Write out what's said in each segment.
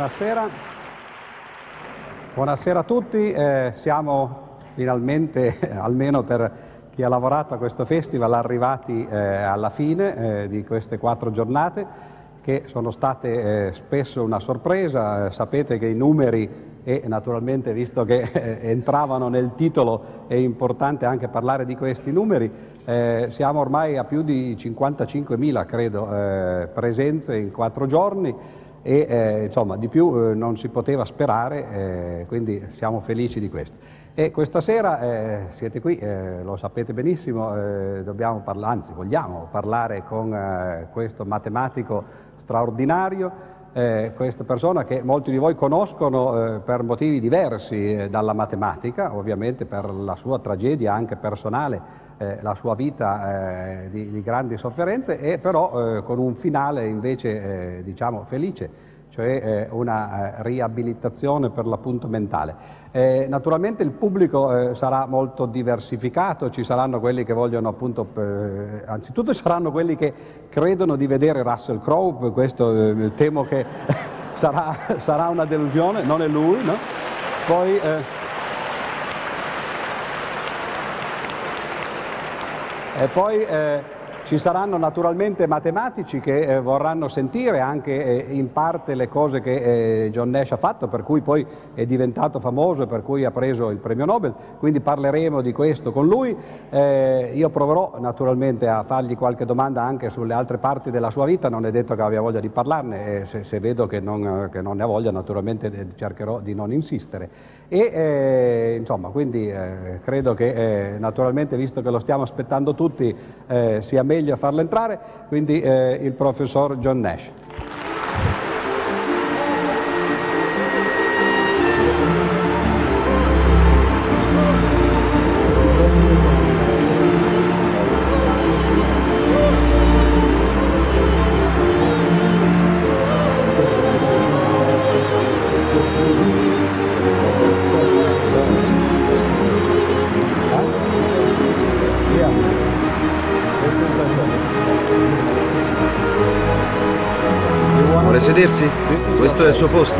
Buonasera. Buonasera a tutti. Siamo finalmente, almeno per chi ha lavorato a questo festival, arrivati alla fine di queste 4 giornate che sono state spesso una sorpresa. Sapete che i numeri e naturalmente, visto che entravano nel titolo, è importante anche parlare di questi numeri. Siamo ormai a più di 55.000, credo, presenze in 4 giorni e insomma di più non si poteva sperare, quindi siamo felici di questo. E questa sera siete qui, lo sapete benissimo, dobbiamo parlare, anzi vogliamo parlare con questo matematico straordinario, questa persona che molti di voi conoscono per motivi diversi dalla matematica, ovviamente per la sua tragedia anche personale, la sua vita di grandi sofferenze, e però con un finale invece diciamo felice, cioè una riabilitazione per l'appunto mentale. Naturalmente il pubblico sarà molto diversificato, ci saranno quelli che vogliono appunto, anzitutto ci saranno quelli che credono di vedere Russell Crowe, questo temo che sarà una delusione, non è lui, no? Poi ci saranno naturalmente matematici che vorranno sentire anche in parte le cose che John Nash ha fatto, per cui poi è diventato famoso e per cui ha preso il premio Nobel, quindi parleremo di questo con lui. Io proverò naturalmente a fargli qualche domanda anche sulle altre parti della sua vita, non è detto che abbia voglia di parlarne, se vedo che non ne ha voglia naturalmente cercherò di non insistere. Insomma, quindi credo che naturalmente, visto che lo stiamo aspettando tutti, sia meglio farlo entrare, quindi il professor John Nash. Vuole sedersi? Questo è il suo posto.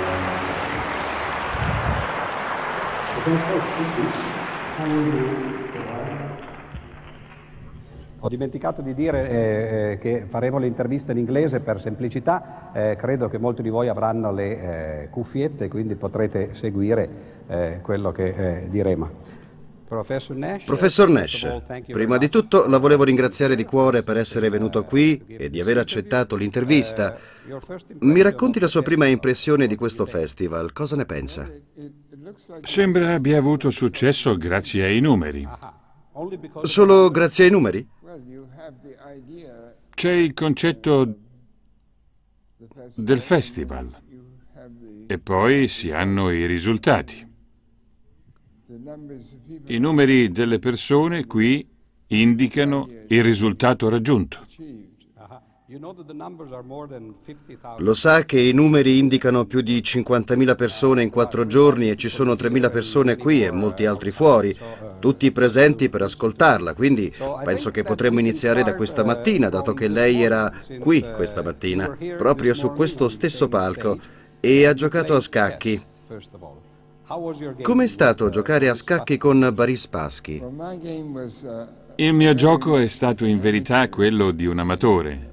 Ho dimenticato di dire che faremo le interviste in inglese per semplicità, credo che molti di voi avranno le cuffiette, quindi potrete seguire quello che diremo. Professor Nash, prima di tutto la volevo ringraziare di cuore per essere venuto qui e di aver accettato l'intervista. Mi racconti la sua prima impressione di questo festival, cosa ne pensa? Sembra abbia avuto successo grazie ai numeri. Solo grazie ai numeri? C'è il concetto del festival e poi si hanno i risultati. I numeri delle persone qui indicano il risultato raggiunto. Lo sa che i numeri indicano più di 50.000 persone in 4 giorni e ci sono 3.000 persone qui e molti altri fuori, tutti presenti per ascoltarla, quindi penso che potremmo iniziare da questa mattina, dato che lei era qui questa mattina, proprio su questo stesso palco, e ha giocato a scacchi. Com'è stato giocare a scacchi con Boris Spassky? Il mio gioco è stato in verità quello di un amatore.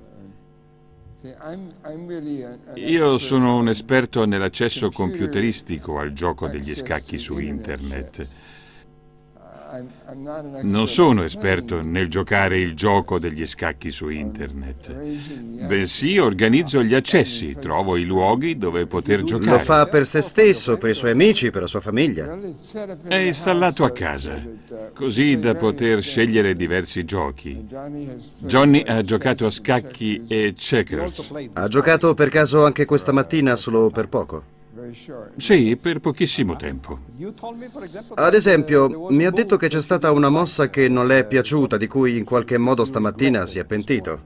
Io sono un esperto nell'accesso computeristico al gioco degli scacchi su internet. Non sono esperto nel giocare il gioco degli scacchi su internet, bensì organizzo gli accessi, trovo i luoghi dove poter giocare. Lo fa per se stesso, per i suoi amici, per la sua famiglia? È installato a casa, così da poter scegliere diversi giochi. Johnny ha giocato a scacchi e checkers. Ha giocato per caso anche questa mattina, solo per poco? Sì, per pochissimo tempo. Ad esempio, mi ha detto che c'è stata una mossa che non le è piaciuta, di cui in qualche modo stamattina si è pentito.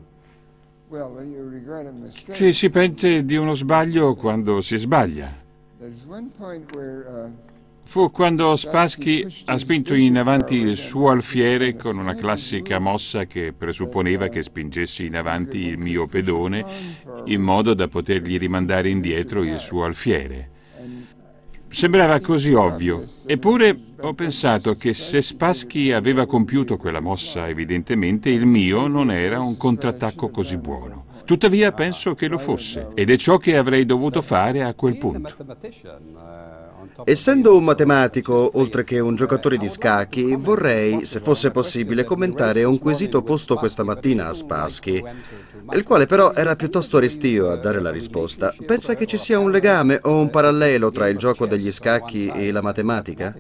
Ci si pente di uno sbaglio quando si sbaglia. Fu quando Spassky ha spinto in avanti il suo alfiere con una classica mossa che presupponeva che spingessi in avanti il mio pedone in modo da potergli rimandare indietro il suo alfiere. Sembrava così ovvio, eppure ho pensato che se Spassky aveva compiuto quella mossa, evidentemente il mio non era un contrattacco così buono. Tuttavia penso che lo fosse, ed è ciò che avrei dovuto fare a quel punto. Essendo un matematico, oltre che un giocatore di scacchi, vorrei, se fosse possibile, commentare un quesito posto questa mattina a Spassky, il quale però era piuttosto restio a dare la risposta. Pensa che ci sia un legame o un parallelo tra il gioco degli scacchi e la matematica?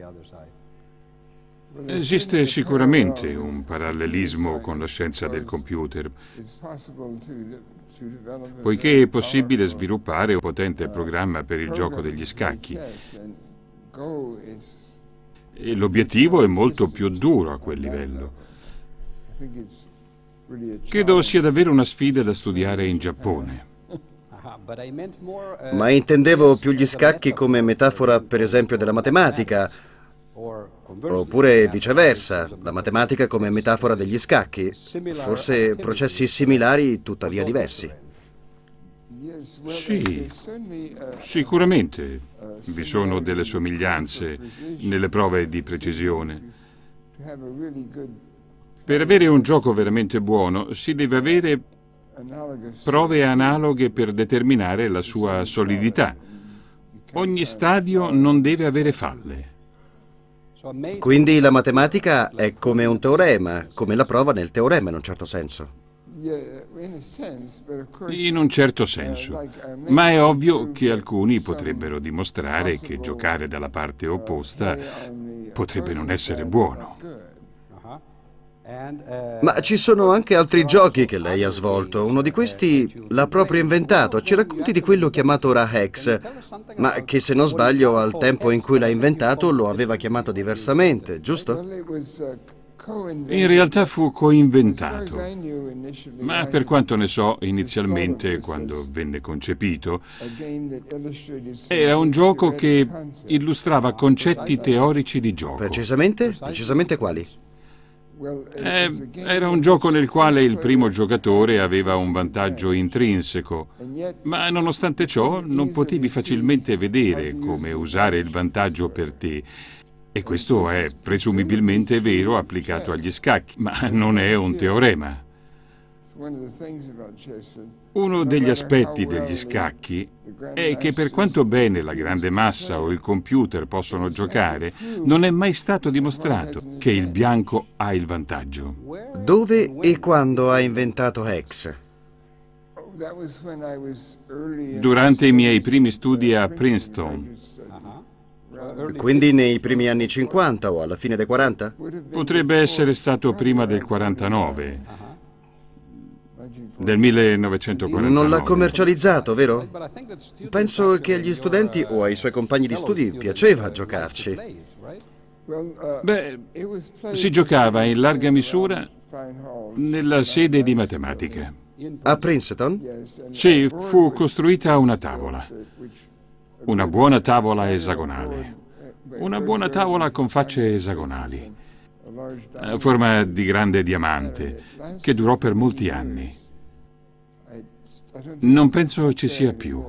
Esiste sicuramente un parallelismo con la scienza del computer, poiché è possibile sviluppare un potente programma per il gioco degli scacchi. E l'obiettivo è molto più duro a quel livello. Credo sia davvero una sfida da studiare in Giappone. Ma intendevo più gli scacchi come metafora, per esempio, della matematica, oppure viceversa, la matematica come metafora degli scacchi, forse processi similari, tuttavia diversi. Sì, sicuramente vi sono delle somiglianze nelle prove di precisione. Per avere un gioco veramente buono si deve avere prove analoghe per determinare la sua solidità. Ogni stadio non deve avere falle. Quindi la matematica è come un teorema, come la prova nel teorema in un certo senso. In un certo senso, ma è ovvio che alcuni potrebbero dimostrare che giocare dalla parte opposta potrebbe non essere buono. Ma ci sono anche altri giochi che lei ha svolto. Uno di questi l'ha proprio inventato. Ci racconti di quello chiamato Ra-Hex, ma che se non sbaglio al tempo in cui l'ha inventato lo aveva chiamato diversamente, giusto? In realtà fu coinventato, ma per quanto ne so, inizialmente, quando venne concepito, era un gioco che illustrava concetti teorici di gioco. Precisamente? Precisamente quali? Era un gioco nel quale il primo giocatore aveva un vantaggio intrinseco, ma nonostante ciò non potevi facilmente vedere come usare il vantaggio per te. E questo è presumibilmente vero applicato agli scacchi, ma non è un teorema. Uno degli aspetti degli scacchi è che per quanto bene la grande massa o il computer possono giocare, non è mai stato dimostrato che il bianco ha il vantaggio. Dove e quando ha inventato Hex? Durante i miei primi studi a Princeton. Quindi nei primi anni 50 o alla fine dei 40? Potrebbe essere stato prima del 49, del 1949. Non l'ha commercializzato, vero? Penso che agli studenti o ai suoi compagni di studi piaceva giocarci. Beh, si giocava in larga misura nella sede di matematica. A Princeton? Sì, fu costruita una tavola. Una buona tavola esagonale. Una buona tavola con facce esagonali. A forma di grande diamante, che durò per molti anni. Non penso ci sia più.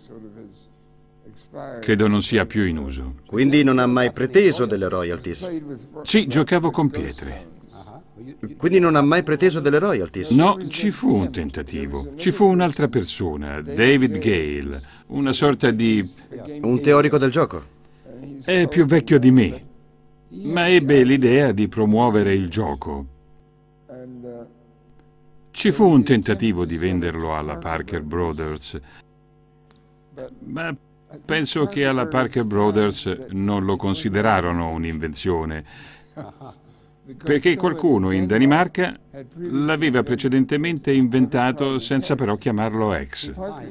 Credo non sia più in uso. Quindi non ha mai preteso delle royalties? Sì, giocavo con pietre. Quindi non ha mai preteso delle royalties? No, ci fu un tentativo. Ci fu un'altra persona, David Gale, una sorta di... Un teorico del gioco? È più vecchio di me, ma ebbe l'idea di promuovere il gioco. Ci fu un tentativo di venderlo alla Parker Brothers, ma penso che alla Parker Brothers non lo considerarono un'invenzione, perché qualcuno in Danimarca l'aveva precedentemente inventato senza però chiamarlo Hex.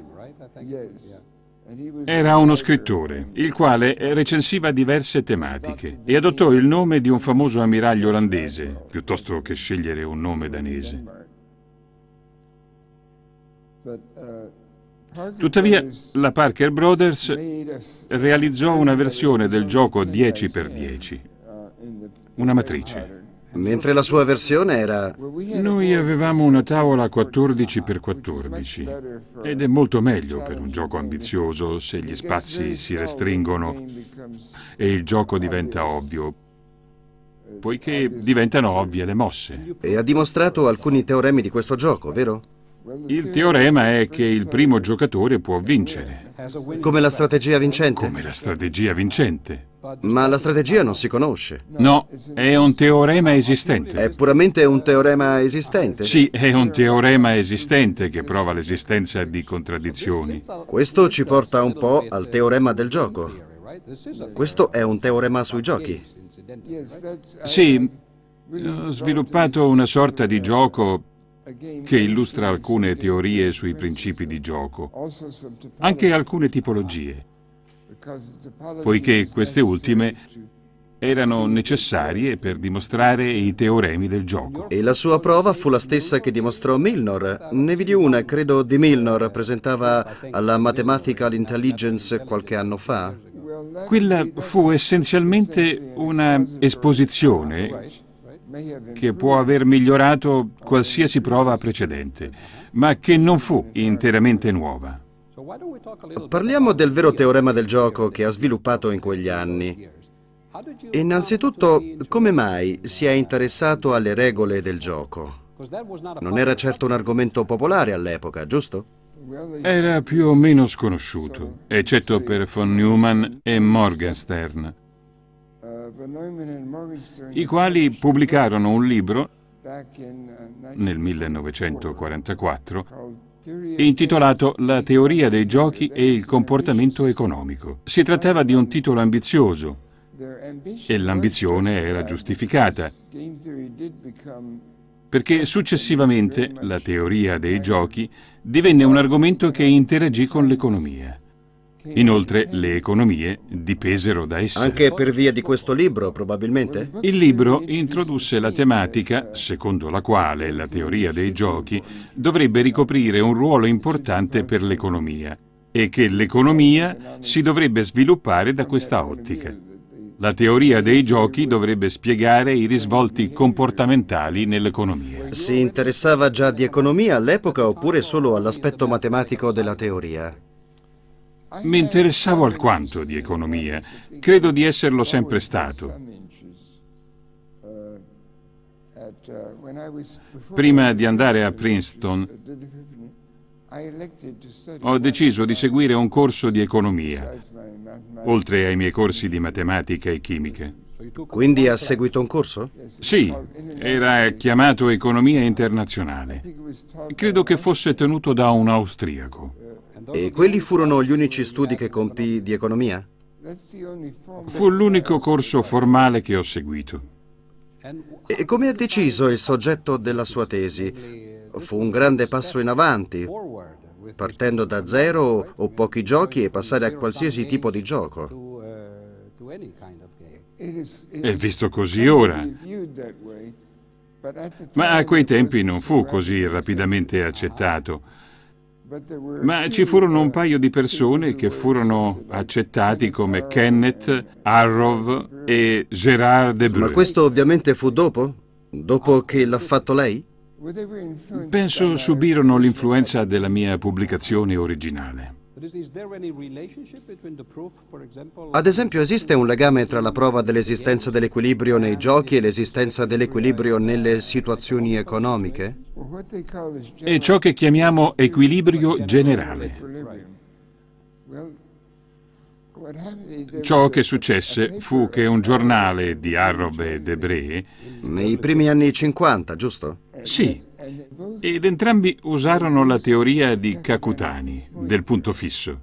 Era uno scrittore, il quale recensiva diverse tematiche e adottò il nome di un famoso ammiraglio olandese, piuttosto che scegliere un nome danese. Tuttavia, la Parker Brothers realizzò una versione del gioco 10x10, una matrice. Mentre la sua versione era... Noi avevamo una tavola 14x14 ed è molto meglio per un gioco ambizioso se gli spazi si restringono e il gioco diventa ovvio, poiché diventano ovvie le mosse. E ha dimostrato alcuni teoremi di questo gioco, vero? Il teorema è che il primo giocatore può vincere. Come la strategia vincente. Come la strategia vincente. Ma la strategia non si conosce. No, è un teorema esistente. È puramente un teorema esistente? Sì, è un teorema esistente che prova l'esistenza di contraddizioni. Questo ci porta un po' al teorema del gioco. Questo è un teorema sui giochi. Sì, ho sviluppato una sorta di gioco che illustra alcune teorie sui principi di gioco, anche alcune tipologie, poiché queste ultime erano necessarie per dimostrare i teoremi del gioco. E la sua prova fu la stessa che dimostrò Milnor. Ne vidi una, credo, di Milnor, presentava alla Mathematical Intelligence qualche anno fa. Quella fu essenzialmente una esposizione che può aver migliorato qualsiasi prova precedente, ma che non fu interamente nuova. Parliamo del vero teorema del gioco che ha sviluppato in quegli anni. Innanzitutto, come mai si è interessato alle regole del gioco? Non era certo un argomento popolare all'epoca, giusto? Era più o meno sconosciuto, eccetto per von Neumann e Morgenstern, i quali pubblicarono un libro nel 1944 intitolato La teoria dei giochi e il comportamento economico. Si trattava di un titolo ambizioso e l'ambizione era giustificata, perché successivamente la teoria dei giochi divenne un argomento che interagì con l'economia. Inoltre, le economie dipesero da esse. Anche per via di questo libro, probabilmente? Il libro introdusse la tematica secondo la quale la teoria dei giochi dovrebbe ricoprire un ruolo importante per l'economia e che l'economia si dovrebbe sviluppare da questa ottica. La teoria dei giochi dovrebbe spiegare i risvolti comportamentali nell'economia. Si interessava già di economia all'epoca oppure solo all'aspetto matematico della teoria? Mi interessavo alquanto di economia. Credo di esserlo sempre stato. Prima di andare a Princeton, ho deciso di seguire un corso di economia, oltre ai miei corsi di matematica e chimica. Quindi ha seguito un corso? Sì, era chiamato Economia Internazionale. Credo che fosse tenuto da un austriaco. E quelli furono gli unici studi che compì di economia? Fu l'unico corso formale che ho seguito. E come ha deciso il soggetto della sua tesi? Fu un grande passo in avanti, partendo da zero o pochi giochi e passare a qualsiasi tipo di gioco. È visto così ora. Ma a quei tempi non fu così rapidamente accettato. Ma ci furono un paio di persone che furono accettati come Kenneth, Arrow e Gérard Debreu. Ma questo ovviamente fu dopo? Dopo che l'ha fatto lei? Penso subirono l'influenza della mia pubblicazione originale. Ad esempio, esiste un legame tra la prova dell'esistenza dell'equilibrio nei giochi e l'esistenza dell'equilibrio nelle situazioni economiche? È ciò che chiamiamo equilibrio generale. Ciò che successe fu che un giornale di Arrow e Debreu... Nei primi anni 50, giusto? Sì, ed entrambi usarono la teoria di Kakutani, del punto fisso.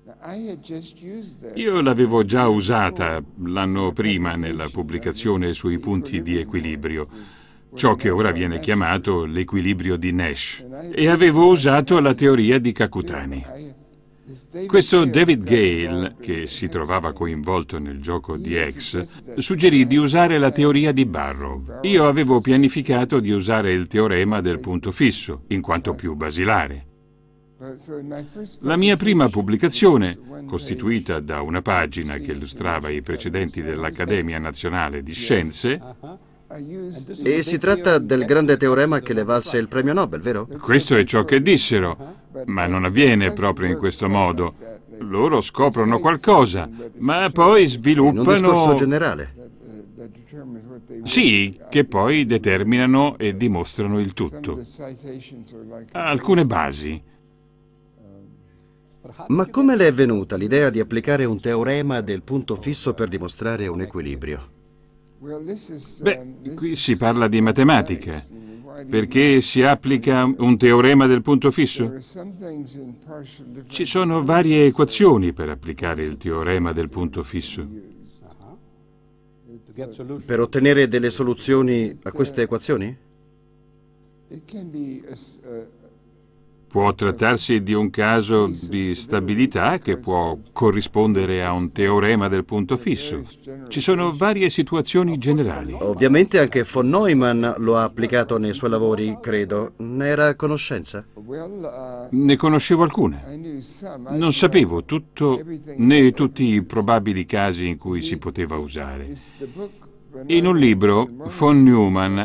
Io l'avevo già usata l'anno prima nella pubblicazione sui punti di equilibrio, ciò che ora viene chiamato l'equilibrio di Nash, e avevo usato la teoria di Kakutani. Questo David Gale, che si trovava coinvolto nel gioco di X, suggerì di usare la teoria di Barrow. Io avevo pianificato di usare il teorema del punto fisso, in quanto più basilare. La mia prima pubblicazione, costituita da una pagina che illustrava i precedenti dell'Accademia Nazionale di Scienze, E si tratta del grande teorema che le valse il premio Nobel, vero? questo è ciò che dissero, ma non avviene proprio in questo modo. Loro scoprono qualcosa, ma poi In un discorso sviluppano... generale. Sì, che poi determinano e dimostrano il tutto. Alcune basi. Ma come le è venuta l'idea di applicare un teorema del punto fisso per dimostrare un equilibrio? Beh, qui si parla di matematica. Perché si applica un teorema del punto fisso? Ci sono varie equazioni per applicare il teorema del punto fisso. Per ottenere delle soluzioni a queste equazioni? Può trattarsi di un caso di stabilità che può corrispondere a un teorema del punto fisso. Ci sono varie situazioni generali. Ovviamente anche von Neumann lo ha applicato nei suoi lavori, credo. Ne era a conoscenza? Ne conoscevo alcune. Non sapevo tutto né tutti i probabili casi in cui si poteva usare. In un libro, von Neumann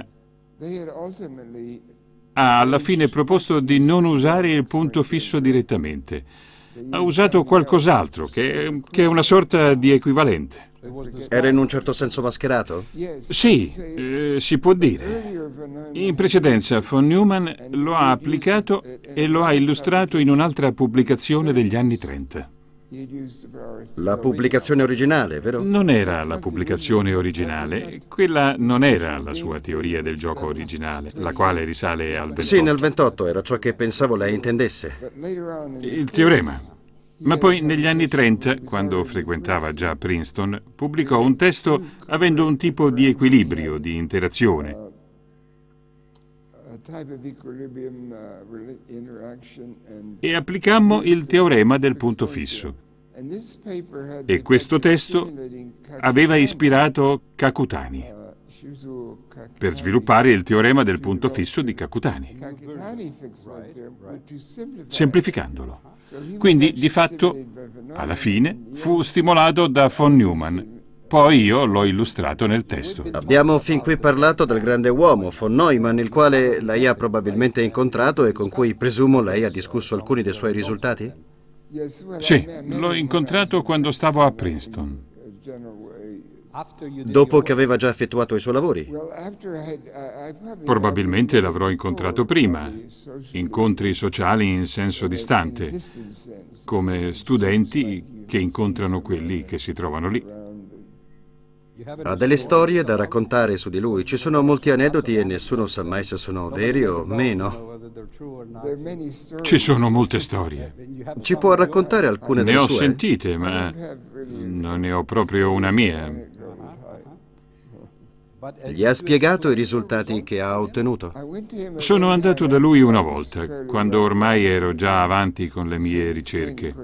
ha alla fine proposto di non usare il punto fisso direttamente. Ha usato qualcos'altro, che è una sorta di equivalente. Era in un certo senso mascherato? Sì, si può dire. In precedenza von Neumann lo ha applicato e lo ha illustrato in un'altra pubblicazione degli anni 30. La pubblicazione originale, vero? Non era la pubblicazione originale, quella non era la sua teoria del gioco originale, la quale risale al 28. Sì, nel 28 era ciò che pensavo lei intendesse. Il teorema. Ma poi negli anni 30, quando frequentava già Princeton, pubblicò un testo avendo un tipo di equilibrio, di interazione. E applicammo il teorema del punto fisso. E questo testo aveva ispirato Kakutani per sviluppare il teorema del punto fisso di Kakutani, semplificandolo. Quindi, di fatto, alla fine, fu stimolato da von Neumann. Poi io l'ho illustrato nel testo. Abbiamo fin qui parlato del grande uomo, von Neumann, il quale lei ha probabilmente incontrato e con cui, presumo, lei ha discusso alcuni dei suoi risultati? Sì, l'ho incontrato quando stavo a Princeton. Dopo che aveva già effettuato i suoi lavori? Probabilmente l'avrò incontrato prima, incontri sociali in senso distante, come studenti che incontrano quelli che si trovano lì. Ha delle storie da raccontare su di lui. Ci sono molti aneddoti e nessuno sa mai se sono veri o meno. Ci sono molte storie. Ci può raccontare alcune Ne delle ho sue? sentite, ma non ne ho proprio una mia. Gli ha spiegato i risultati che ha ottenuto? Sono andato da lui una volta, quando ormai ero già avanti con le mie ricerche.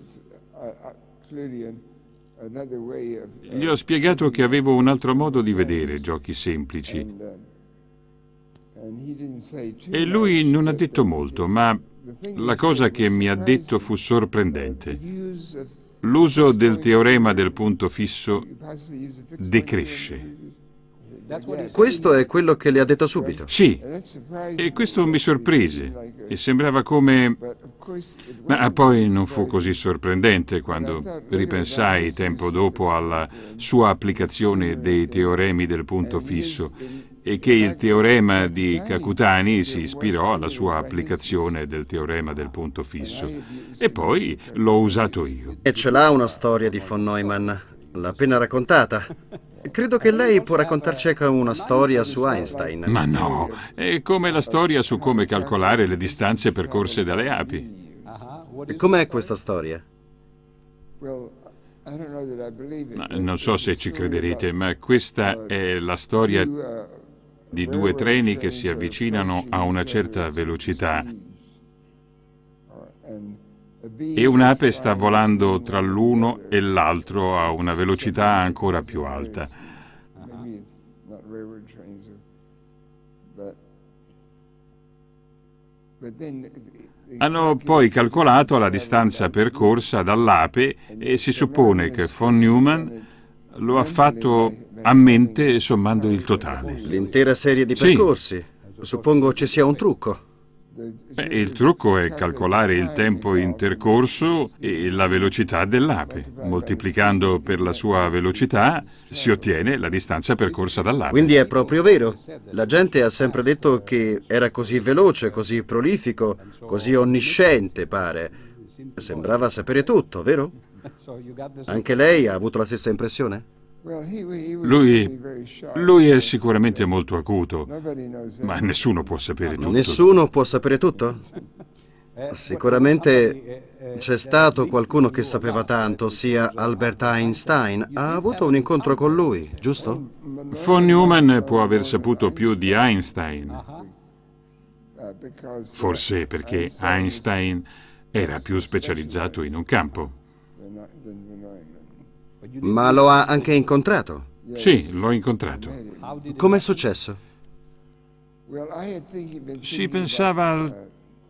Gli ho spiegato che avevo un altro modo di vedere giochi semplici. E lui non ha detto molto, ma la cosa che mi ha detto fu sorprendente. L'uso del teorema del punto fisso decresce. Questo è quello che le ha detto subito? Sì, e questo mi sorprese e sembrava come... Ma poi non fu così sorprendente quando ripensai tempo dopo alla sua applicazione dei teoremi del punto fisso e che il teorema di Kakutani si ispirò alla sua applicazione del teorema del punto fisso. E poi l'ho usato io. E ce l'ha una storia di von Neumann? L'ha appena raccontata? Credo che lei può raccontarci anche una storia su Einstein. Ma no, è come la storia su come calcolare le distanze percorse dalle api. Com'è questa storia? Non so se ci crederete, ma questa è la storia di due treni che si avvicinano a una certa velocità e un'ape sta volando tra l'uno e l'altro a una velocità ancora più alta. Hanno poi calcolato la distanza percorsa dall'ape e si suppone che von Neumann lo ha fatto a mente sommando il totale. L'intera serie di percorsi? Suppongo ci sia un trucco. Il trucco è calcolare il tempo intercorso e la velocità dell'ape. Moltiplicando per la sua velocità si ottiene la distanza percorsa dall'ape. Quindi è proprio vero. La gente ha sempre detto che era così veloce, così prolifico, così onnisciente, pare. Sembrava sapere tutto, vero? Anche lei ha avuto la stessa impressione? Lui è sicuramente molto acuto, ma nessuno può sapere tutto. Nessuno può sapere tutto? Sicuramente c'è stato qualcuno che sapeva tanto, ossia Albert Einstein. Ha avuto un incontro con lui, giusto? Von Neumann può aver saputo più di Einstein. Forse perché Einstein era più specializzato in un campo. Ma lo ha anche incontrato? Sì, l'ho incontrato. Com'è successo? Si pensava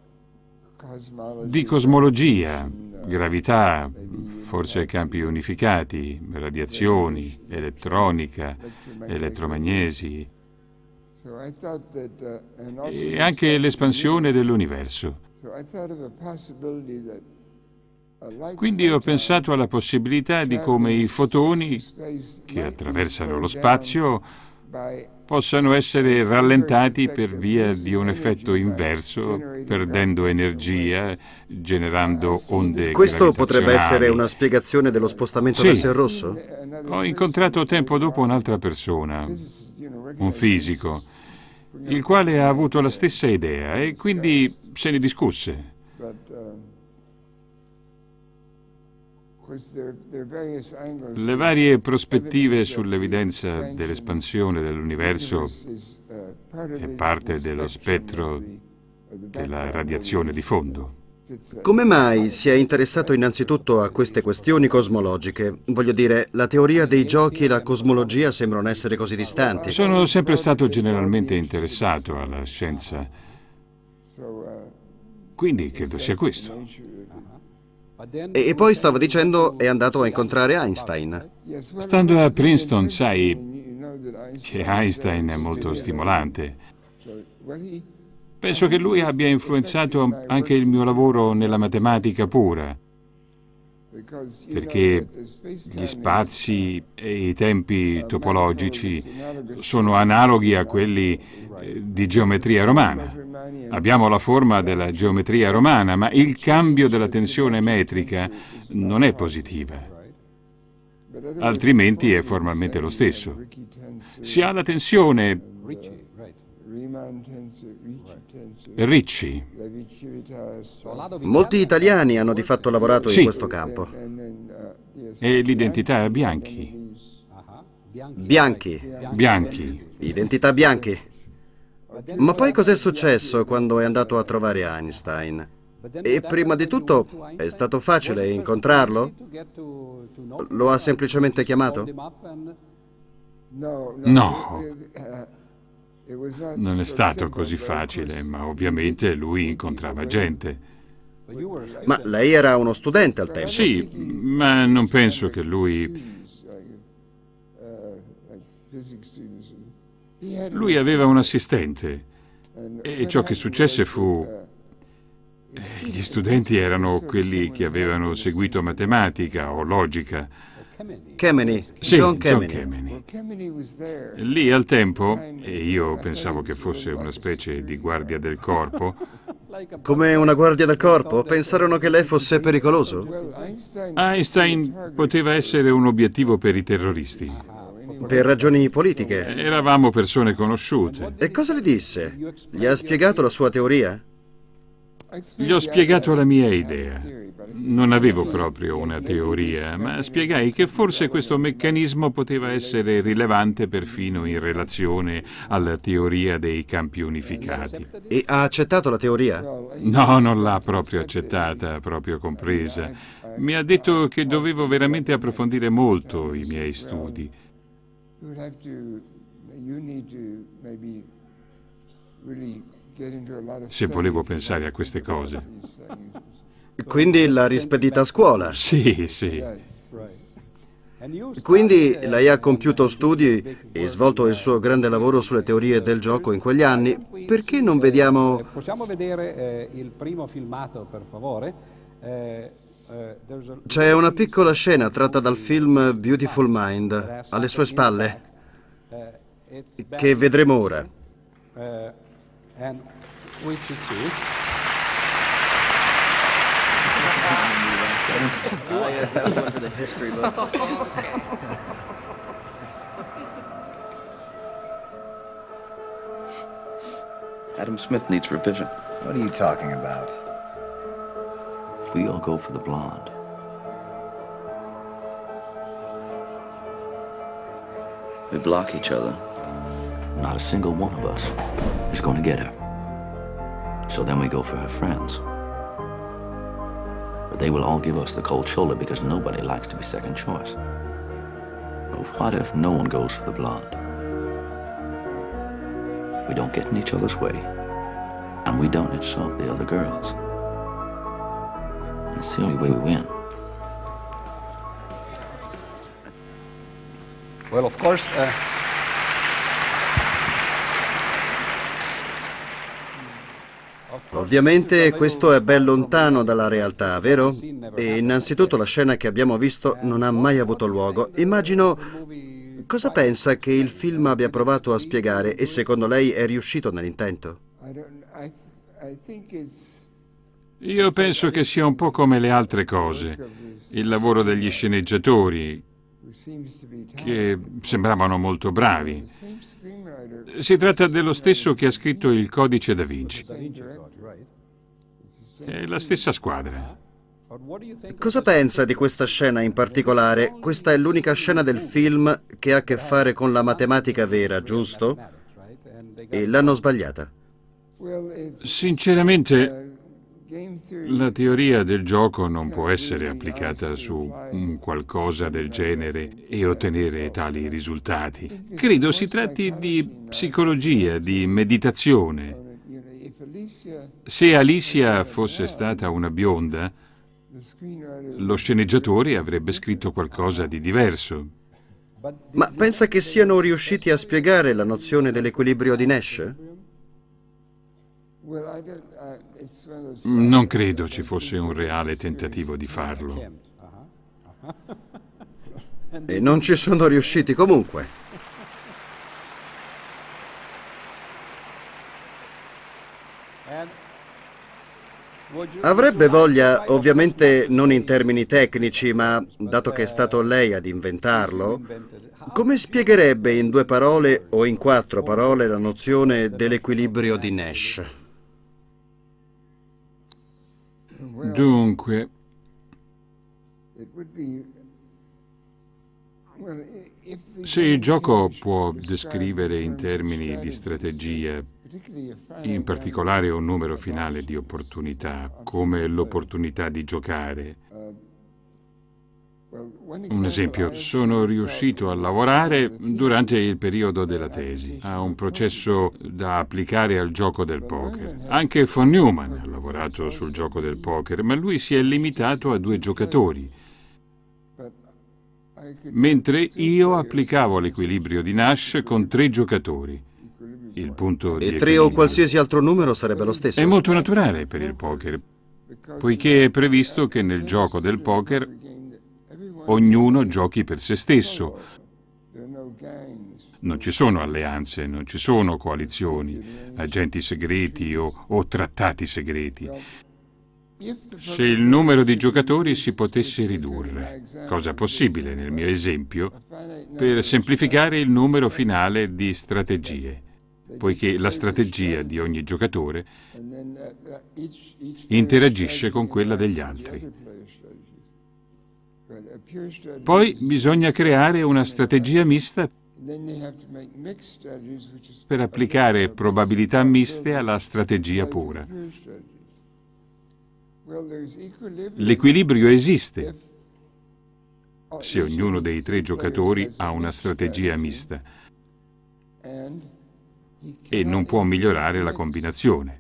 di cosmologia, gravità, forse campi unificati, radiazioni, elettronica, elettromagnesi e anche l'espansione dell'universo. Quindi ho pensato alla possibilità di come i fotoni che attraversano lo spazio possano essere rallentati per via di un effetto inverso, perdendo energia, generando onde Questo potrebbe gravitazionali. essere una spiegazione dello spostamento Sì. verso il rosso? Ho incontrato tempo dopo un'altra persona, un fisico, il quale ha avuto la stessa idea e quindi se ne discusse. Le varie prospettive sull'evidenza dell'espansione dell'universo è parte dello spettro della radiazione di fondo. Come mai si è interessato innanzitutto a queste questioni cosmologiche? Voglio dire, la teoria dei giochi e la cosmologia sembrano essere così distanti. Sono sempre stato generalmente interessato alla scienza, quindi credo sia questo. E poi stavo dicendo, è andato a incontrare Einstein. Stando a Princeton, sai che Einstein è molto stimolante. Penso che lui abbia influenzato anche il mio lavoro nella matematica pura, perché gli spazi e i tempi topologici sono analoghi a quelli di geometria romana. Abbiamo la forma della geometria romana, ma il cambio della tensione metrica non è positiva. Altrimenti è formalmente lo stesso. Si ha la tensione Ricci. Molti italiani hanno di fatto lavorato Sì. in questo campo. E l'identità Bianchi. Bianchi. Identità Bianchi. Ma poi cos'è successo quando è andato a trovare Einstein? E prima di tutto, è stato facile incontrarlo? Lo ha semplicemente chiamato? No, non è stato così facile, ma ovviamente lui incontrava gente. Ma lei era uno studente al tempo. Sì, ma non penso che lui... Lui aveva un assistente e ciò che successe fu... Gli studenti erano quelli che avevano seguito matematica o logica. Kemeny, Sì, John Kemeny. Lì al tempo, e io pensavo che fosse una specie di guardia del corpo, Come una guardia del corpo? Pensarono che lei fosse pericoloso? Einstein poteva essere un obiettivo per i terroristi. Per ragioni politiche? Eravamo persone conosciute. E cosa le disse? Gli ha spiegato la sua teoria? Gli ho spiegato la mia idea. Non avevo proprio una teoria, ma spiegai che forse questo meccanismo poteva essere rilevante perfino in relazione alla teoria dei campi unificati. E ha accettato la teoria? No, non l'ha proprio accettata, proprio compresa. Mi ha detto che dovevo veramente approfondire molto i miei studi. se volevo pensare a queste cose. Quindi l'ha rispedita a scuola. Sì, sì. Quindi lei ha compiuto studi e svolto il suo grande lavoro sulle teorie del gioco in quegli anni. Perché non vediamo... Possiamo vedere il primo filmato, per favore? C'è una piccola scena tratta dal film Beautiful Mind, alle sue spalle, che vedremo ora. Oh, yes, that was one of the history books. Adam Smith needs revision. What are you talking about? If we all go for the blonde, we block each other. Not a single one of us is going to get her. So then we go for her friends. But they will all give us the cold shoulder because nobody likes to be second choice. But what if no one goes for the blonde? We don't get in each other's way, and we don't insult the other girls. That's the only way we win. Well, of course, Ovviamente questo è ben lontano dalla realtà, vero? E innanzitutto la scena che abbiamo visto non ha mai avuto luogo. Immagino... Cosa pensa che il film abbia provato a spiegare e secondo lei è riuscito nell'intento? Io penso che sia un po' come le altre cose. Il lavoro degli sceneggiatori, che sembravano molto bravi. Si tratta dello stesso che ha scritto il Codice da Vinci. È la stessa squadra. Cosa pensa di questa scena in particolare? Questa è l'unica scena del film che ha a che fare con la matematica vera, giusto? E l'hanno sbagliata. Sinceramente, la teoria del gioco non può essere applicata su un qualcosa del genere e ottenere tali risultati. Credo si tratti di psicologia, di meditazione. Se Alicia fosse stata una bionda, lo sceneggiatore avrebbe scritto qualcosa di diverso. Ma pensa che siano riusciti a spiegare la nozione dell'equilibrio di Nash? Non credo ci fosse un reale tentativo di farlo. E non ci sono riusciti comunque. Avrebbe voglia, ovviamente non in termini tecnici, ma dato che è stato lei ad inventarlo, come spiegherebbe in 2 parole o in 4 parole la nozione dell'equilibrio di Nash? Dunque, se il gioco può descrivere in termini di strategia, in particolare un numero finale di opportunità, come l'opportunità di giocare. Un esempio, sono riuscito a lavorare durante il periodo della tesi, a un processo da applicare al gioco del poker. Anche von Neumann ha lavorato sul gioco del poker, ma lui si è limitato a 2 giocatori, mentre io applicavo l'equilibrio di Nash con 3 giocatori. Il punto di E 3 o qualsiasi altro numero sarebbe lo stesso. È molto naturale per il poker, poiché è previsto che nel gioco del poker ognuno giochi per se stesso. Non ci sono alleanze, non ci sono coalizioni, agenti segreti o trattati segreti. Se il numero di giocatori si potesse ridurre, cosa possibile nel mio esempio, per semplificare il numero finale di strategie, poiché la strategia di ogni giocatore interagisce con quella degli altri. Poi bisogna creare una strategia mista per applicare probabilità miste alla strategia pura. L'equilibrio esiste se ognuno dei 3 giocatori ha una strategia mista. e non può migliorare la combinazione,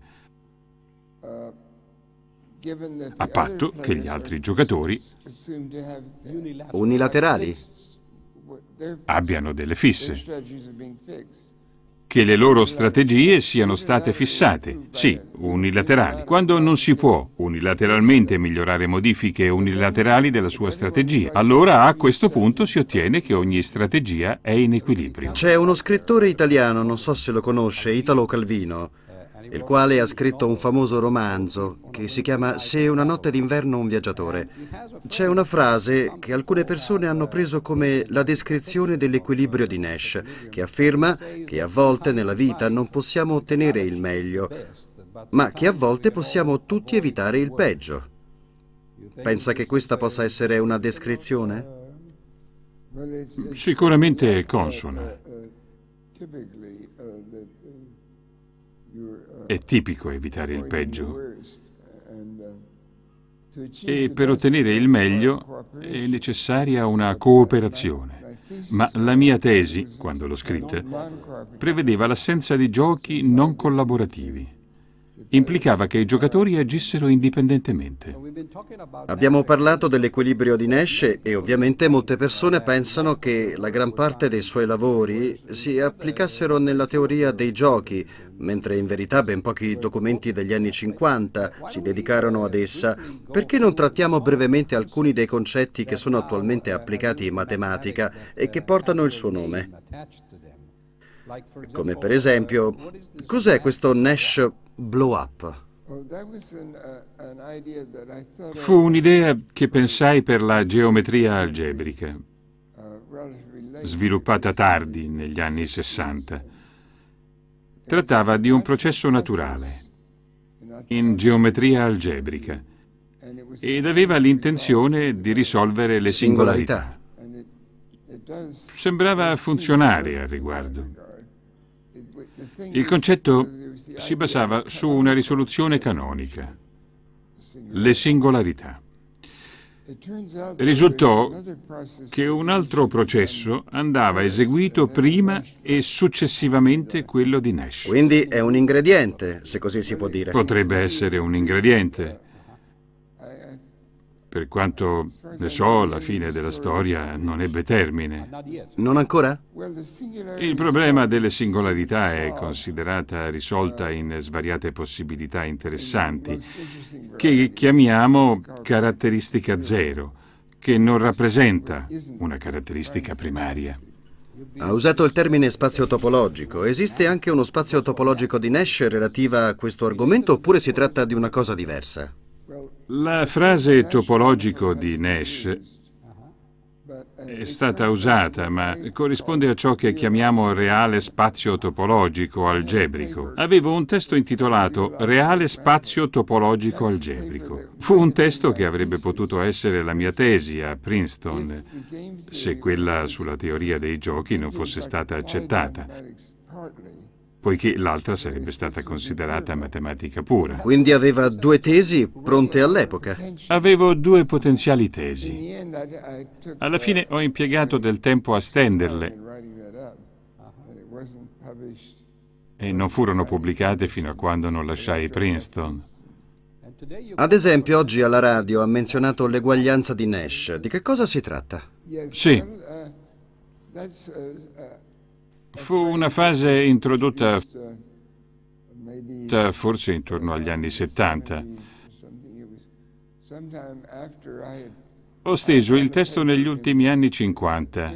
a patto che gli altri giocatori Unilaterali? abbiano delle fisse, che le loro strategie siano state fissate, sì, unilaterali, quando non si può unilateralmente migliorare modifiche unilaterali della sua strategia. Allora a questo punto si ottiene che ogni strategia è in equilibrio. C'è uno scrittore italiano, non so se lo conosce, Italo Calvino, il quale ha scritto un famoso romanzo che si chiama Se una notte d'inverno un viaggiatore. C'è una frase che alcune persone hanno preso come la descrizione dell'equilibrio di Nash, che afferma che a volte nella vita non possiamo ottenere il meglio, ma che a volte possiamo tutti evitare il peggio. Pensa che questa possa essere una descrizione? Sicuramente è consona. È tipico evitare il peggio e per ottenere il meglio è necessaria una cooperazione. Ma la mia tesi, quando l'ho scritta, prevedeva l'assenza di giochi non collaborativi. Implicava che i giocatori agissero indipendentemente. Abbiamo parlato dell'equilibrio di Nash e ovviamente molte persone pensano che la gran parte dei suoi lavori si applicassero nella teoria dei giochi, mentre in verità ben pochi documenti degli anni 50 si dedicarono ad essa. Perché non trattiamo brevemente alcuni dei concetti che sono attualmente applicati in matematica e che portano il suo nome? Come per esempio, cos'è questo Nash blow up? Fu un'idea che pensai per la geometria algebrica, sviluppata tardi, negli anni 60. Trattava di un processo naturale, in geometria algebrica, ed aveva l'intenzione di risolvere le singolarità. Sembrava funzionare al riguardo. Il concetto si basava su una risoluzione canonica, le singolarità. Risultò che un altro processo andava eseguito prima e successivamente quello di Nash. Quindi è un ingrediente, se così si può dire. Potrebbe essere un ingrediente. Per quanto ne so, la fine della storia non ebbe termine. Non ancora? Il problema delle singolarità è considerata risolta in svariate possibilità interessanti, che chiamiamo caratteristica zero, che non rappresenta una caratteristica primaria. Ha usato il termine spazio topologico. Esiste anche uno spazio topologico di Nash relativa a questo argomento oppure si tratta di una cosa diversa? La frase topologico di Nash è stata usata, ma corrisponde a ciò che chiamiamo reale spazio topologico algebrico. Avevo un testo intitolato Reale spazio topologico algebrico. Fu un testo che avrebbe potuto essere la mia tesi a Princeton, se quella sulla teoria dei giochi non fosse stata accettata, poiché l'altra sarebbe stata considerata matematica pura. Quindi aveva due tesi pronte all'epoca. Avevo due potenziali tesi. Alla fine ho impiegato del tempo a stenderle e non furono pubblicate fino a quando non lasciai Princeton. Ad esempio, oggi alla radio ha menzionato l'eguaglianza di Nash. Di che cosa si tratta? Sì. Fu una fase introdotta forse intorno agli anni 70. Ho steso il testo negli ultimi anni 50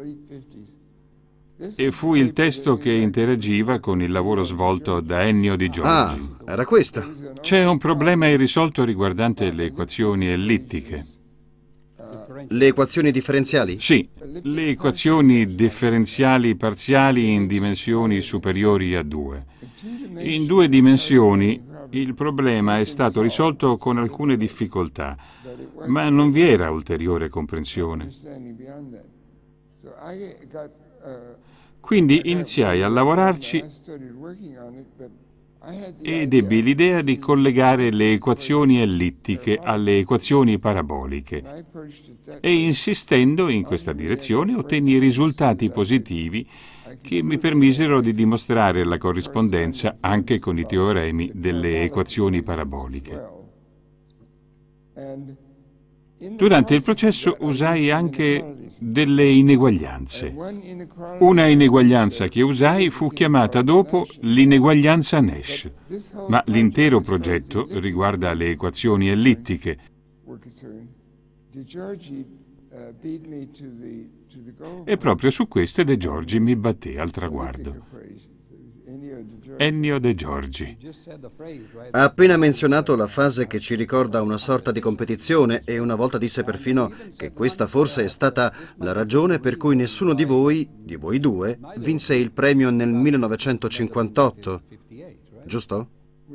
e fu il testo che interagiva con il lavoro svolto da Ennio Di Giorgi. Ah, era questo. C'è un problema irrisolto riguardante le equazioni ellittiche. Le equazioni differenziali? Sì, le equazioni differenziali parziali in dimensioni superiori a 2. In 2 dimensioni il problema è stato risolto con alcune difficoltà, ma non vi era ulteriore comprensione. Quindi iniziai a lavorarci ed ebbi l'idea di collegare le equazioni ellittiche alle equazioni paraboliche e insistendo in questa direzione ottenni risultati positivi che mi permisero di dimostrare la corrispondenza anche con i teoremi delle equazioni paraboliche. Durante il processo usai anche delle ineguaglianze. Una ineguaglianza che usai fu chiamata dopo l'ineguaglianza Nash, ma l'intero progetto riguarda le equazioni ellittiche. E proprio su queste De Giorgi mi batté al traguardo. Ennio De Giorgi. Ha appena menzionato la fase che ci ricorda una sorta di competizione e una volta disse perfino che questa forse è stata la ragione per cui nessuno di voi due, vinse il premio nel 1958, giusto?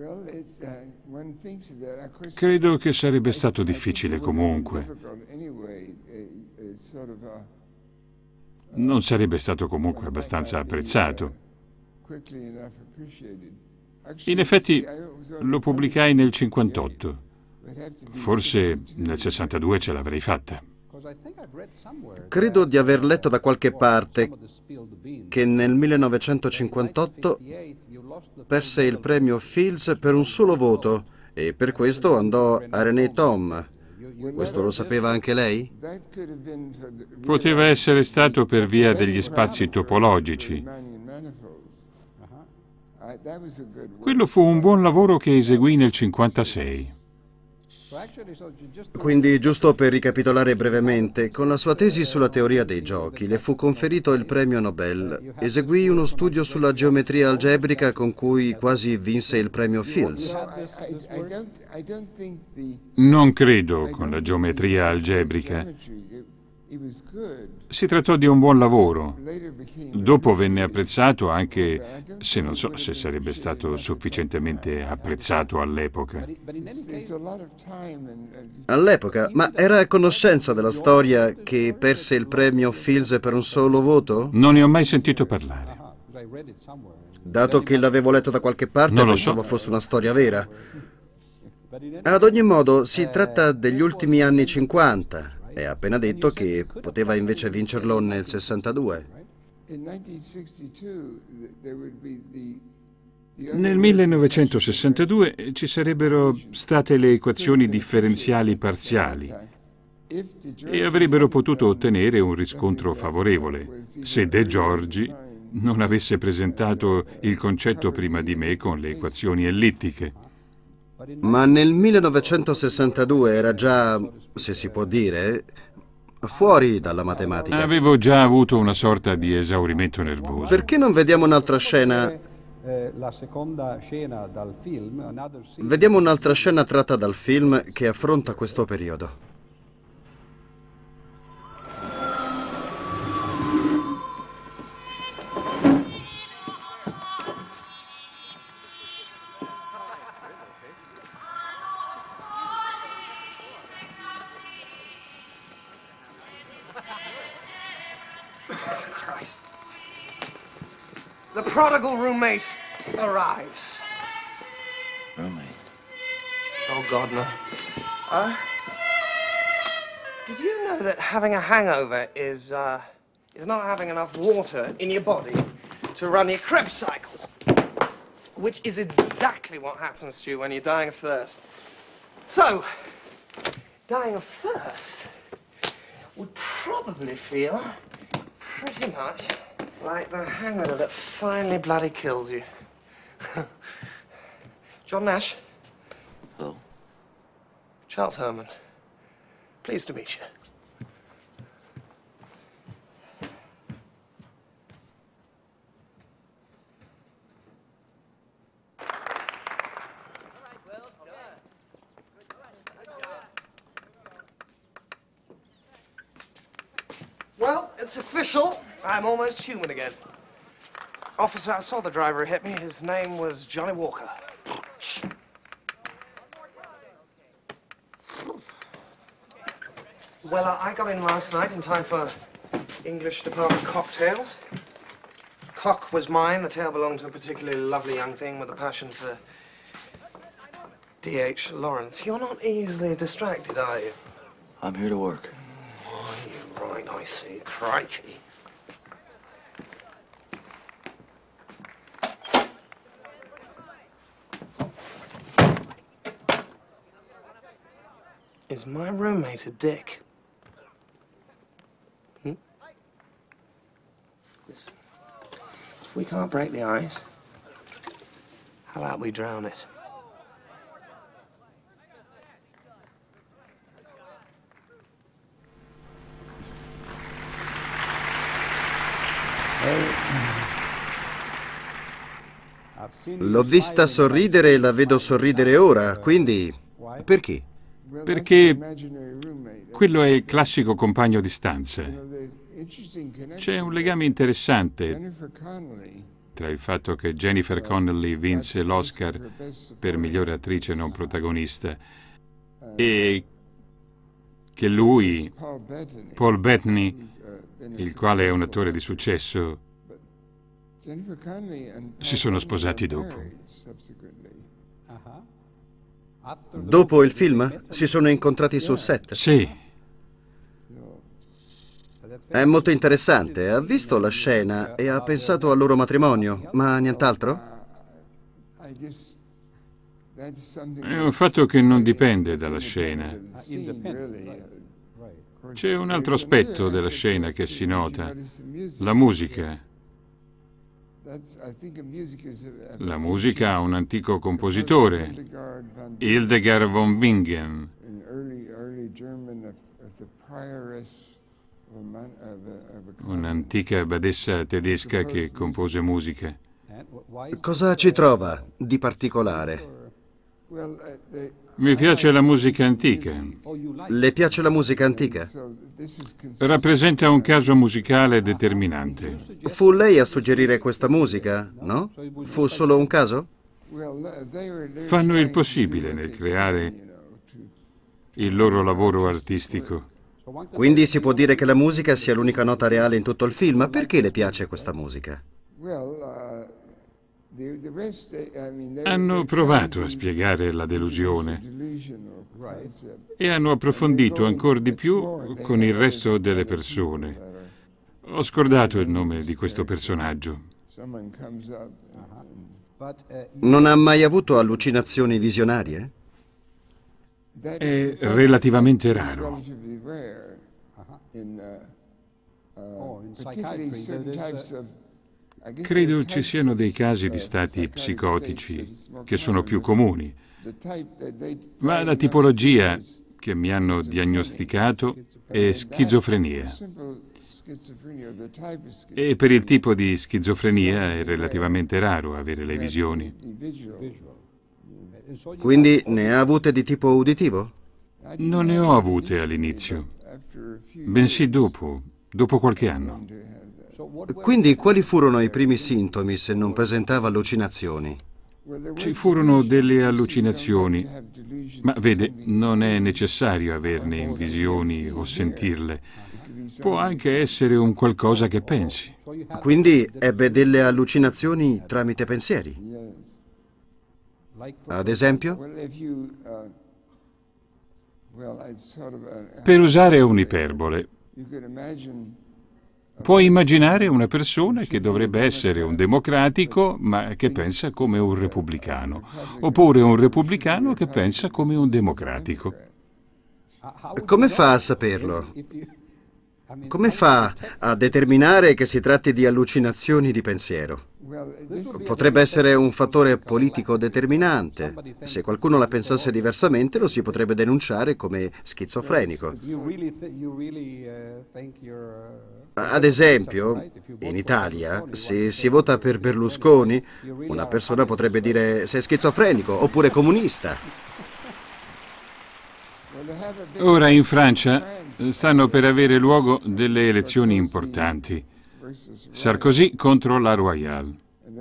Credo che sarebbe stato difficile comunque. Non sarebbe stato comunque abbastanza apprezzato. In effetti lo pubblicai nel 58. Forse nel 62 ce l'avrei fatta. Credo di aver letto da qualche parte che nel 1958 perse il premio Fields per un solo voto e per questo andò a René Thom. Questo lo sapeva anche lei? Poteva essere stato per via degli spazi topologici. Quello fu un buon lavoro che eseguì nel 56. Quindi, giusto per ricapitolare brevemente, con la sua tesi sulla teoria dei giochi le fu conferito il premio Nobel. Eseguì uno studio sulla geometria algebrica con cui quasi vinse il premio Fields. Non credo con la geometria algebrica. Si trattò di un buon lavoro. Dopo venne apprezzato anche se non so se sarebbe stato sufficientemente apprezzato all'epoca. All'epoca? Ma era a conoscenza della storia che perse il premio Fields per un solo voto? Non ne ho mai sentito parlare. Dato che l'avevo letto da qualche parte, Non lo pensavo so. fosse una storia vera. Ad ogni modo, si tratta degli ultimi anni 50. E ha appena detto che poteva invece vincerlo nel 62. Nel 1962 ci sarebbero state le equazioni differenziali parziali e avrebbero potuto ottenere un riscontro favorevole se De Giorgi non avesse presentato il concetto prima di me con le equazioni ellittiche. Ma nel 1962 era già, se si può dire, fuori dalla matematica. Avevo già avuto una sorta di esaurimento nervoso. Perché non vediamo un'altra scena? La seconda scena dal film, Another Scene. Vediamo un'altra scena tratta dal film che affronta questo periodo. The prodigal roommate arrives. Roommate. Oh, God, no. Did you know that having a hangover is not having enough water in your body to run your Krebs cycles? Which is exactly what happens to you when you're dying of thirst. So, dying of thirst would probably feel pretty much like the hangover that finally bloody kills you. John Nash. Hello. Charles Herman. Pleased to meet you. Well, it's official. I'm almost human again. Officer, I saw the driver who hit me. His name was Johnny Walker. Shh. Well, I got in last night in time for English department cocktails. Cock was mine. The tail belonged to a particularly lovely young thing with a passion for D.H. Lawrence. You're not easily distracted, are you? I'm here to work. Oh, you're right, I see. Crikey. Is my roommate a dick? Listen, if we can't break the ice, how about we drown it? L'ho vista sorridere e la vedo sorridere ora, quindi perché? Perché quello è il classico compagno di stanza. C'è un legame interessante tra il fatto che Jennifer Connelly vinse l'Oscar per migliore attrice non protagonista e che lui, Paul Bettany, il quale è un attore di successo, si sono sposati dopo. Dopo il film si sono incontrati sul set? Sì. È molto interessante. Ha visto la scena e ha pensato al loro matrimonio, ma nient'altro? È un fatto che non dipende dalla scena. C'è un altro aspetto della scena che si nota, la musica. La musica ha un antico compositore, Hildegard von Bingen. Un'antica badessa tedesca che compose musica. Cosa ci trova di particolare? Mi piace la musica antica. Le piace la musica antica? Rappresenta un caso musicale determinante. Fu lei a suggerire questa musica, no? Fu solo un caso? Fanno il possibile nel creare il loro lavoro artistico. Quindi si può dire che la musica sia l'unica nota reale in tutto il film. Perché le piace questa musica? Hanno provato a spiegare la delusione e hanno approfondito ancora di più con il resto delle persone. Ho scordato il nome di questo personaggio. Non ha mai avuto allucinazioni visionarie? È relativamente raro. Credo ci siano dei casi di stati psicotici che sono più comuni, ma la tipologia che mi hanno diagnosticato è schizofrenia. E per il tipo di schizofrenia è relativamente raro avere le visioni. Quindi ne ha avute di tipo uditivo? Non ne ho avute all'inizio, bensì dopo qualche anno. Quindi quali furono i primi sintomi se non presentava allucinazioni? Ci furono delle allucinazioni, ma vede, non è necessario averne in visioni o sentirle. Può anche essere un qualcosa che pensi. Quindi ebbe delle allucinazioni tramite pensieri? Ad esempio? Per usare un'iperbole, puoi immaginare una persona che dovrebbe essere un democratico ma che pensa come un repubblicano, oppure un repubblicano che pensa come un democratico. Come fa a saperlo? Come fa a determinare che si tratti di allucinazioni di pensiero? Potrebbe essere un fattore politico determinante. Se qualcuno la pensasse diversamente, lo si potrebbe denunciare come schizofrenico. Ad esempio, in Italia, se si vota per Berlusconi, una persona potrebbe dire sei schizofrenico oppure comunista. Ora in Francia stanno per avere luogo delle elezioni importanti. Sarkozy contro la Royale.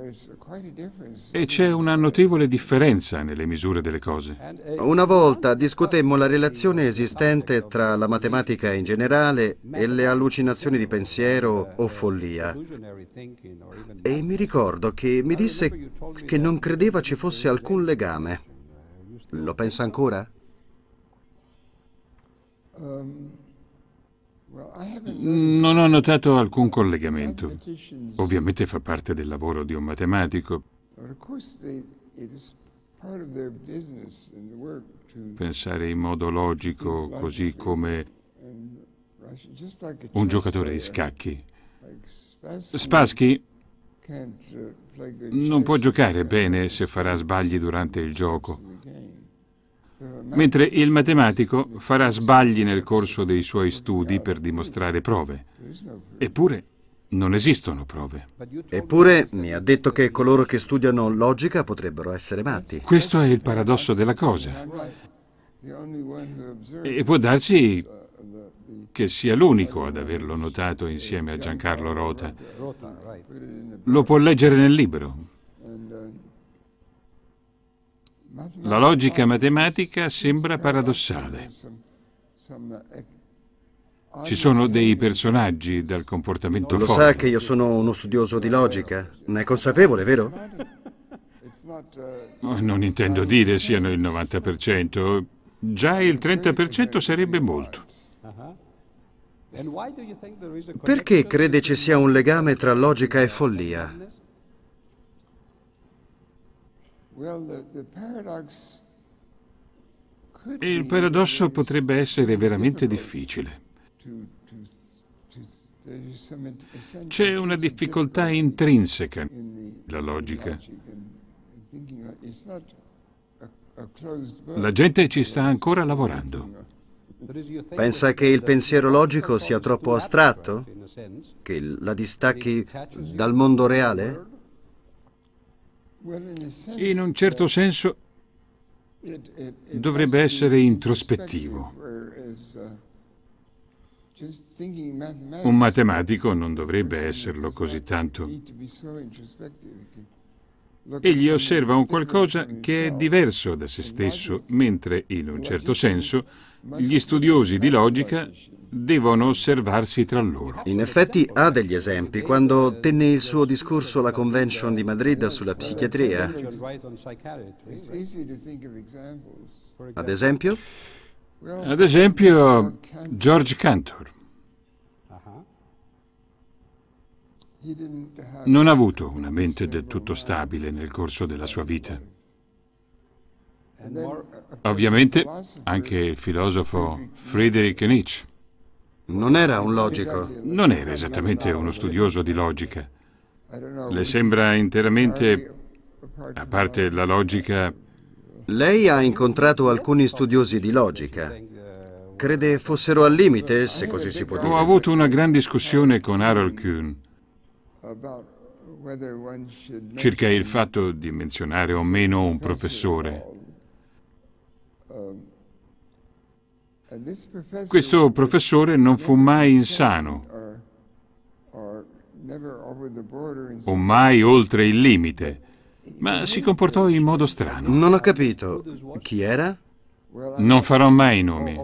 E c'è una notevole differenza nelle misure delle cose. Una volta discutemmo la relazione esistente tra la matematica in generale e le allucinazioni di pensiero o follia. E mi ricordo che mi disse che non credeva ci fosse alcun legame. Lo pensa ancora? Non ho notato alcun collegamento. Ovviamente fa parte del lavoro di un matematico. pensare in modo logico, così come un giocatore di scacchi. Spassky non può giocare bene se farà sbagli durante il gioco, mentre il matematico farà sbagli nel corso dei suoi studi per dimostrare prove. Eppure non esistono prove. Eppure mi ha detto che coloro che studiano logica potrebbero essere matti. Questo è il paradosso della cosa. E può darsi che sia l'unico ad averlo notato insieme a Giancarlo Rota. Lo può leggere nel libro. La logica matematica sembra paradossale. Ci sono dei personaggi dal comportamento Lo folle. sa che io sono uno studioso di logica? Ne è consapevole, vero? Non intendo dire siano il 90%. Già il 30% sarebbe molto. Perché crede ci sia un legame tra logica e follia? Il paradosso potrebbe essere veramente difficile. C'è una difficoltà intrinseca nella logica. La gente ci sta ancora lavorando. Pensa che il pensiero logico sia troppo astratto? Che la distacchi dal mondo reale? In un certo senso dovrebbe essere introspettivo. Un matematico non dovrebbe esserlo così tanto. Egli osserva un qualcosa che è diverso da se stesso, mentre, in un certo senso, gli studiosi di logica devono osservarsi tra loro. In effetti ha degli esempi. Quando tenne il suo discorso alla convention di Madrid sulla psichiatria. Ad esempio? Ad esempio, George Cantor. Non ha avuto una mente del tutto stabile nel corso della sua vita. Ovviamente anche il filosofo Friedrich Nietzsche. Non era un logico. Non era esattamente uno studioso di logica. Le sembra interamente, a parte la logica... Lei ha incontrato alcuni studiosi di logica. Crede fossero al limite, se così si può dire? Ho avuto una gran discussione con Harold Kuhn circa il fatto di menzionare o meno un professore. Questo professore non fu mai insano o mai oltre il limite, ma si comportò in modo strano. Non ho capito. Chi era? Non farò mai i nomi.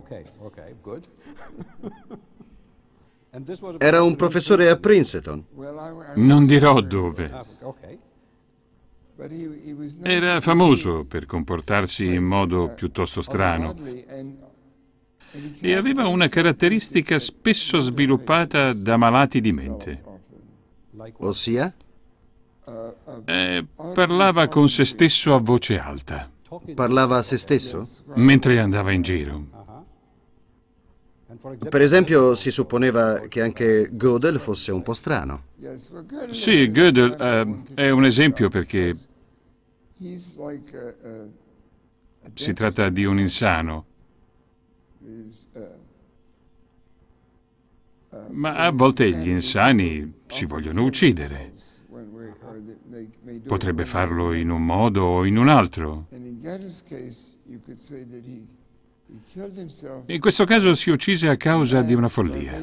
Era un professore a Princeton. Non dirò dove. Era famoso per comportarsi in modo piuttosto strano e aveva una caratteristica spesso sviluppata da malati di mente. Ossia? Parlava con se stesso a voce alta. Parlava a se stesso? Mentre andava in giro. Per esempio, si supponeva che anche Gödel fosse un po' strano. Sì, Gödel è un esempio perché si tratta di un insano. Ma a volte gli insani si vogliono uccidere. Potrebbe farlo in un modo o in un altro. In questo caso si uccise a causa di una follia.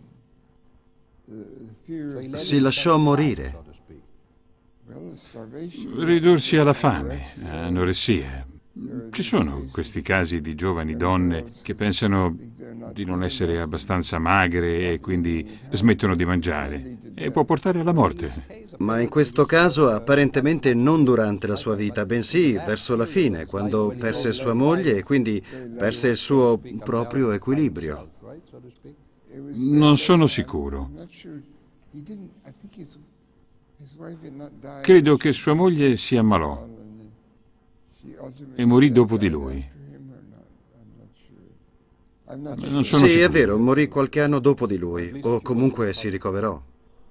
Si lasciò morire. Ridursi alla fame, anoressia. Ci sono questi casi di giovani donne che pensano di non essere abbastanza magre e quindi smettono di mangiare e può portare alla morte. Ma in questo caso apparentemente non durante la sua vita, bensì verso la fine, quando perse sua moglie e quindi perse il suo proprio equilibrio. Non sono sicuro. Credo che sua moglie si ammalò e morì dopo di lui. Non sono Sì, sicuro. è vero, morì qualche anno dopo di lui, o comunque si ricoverò.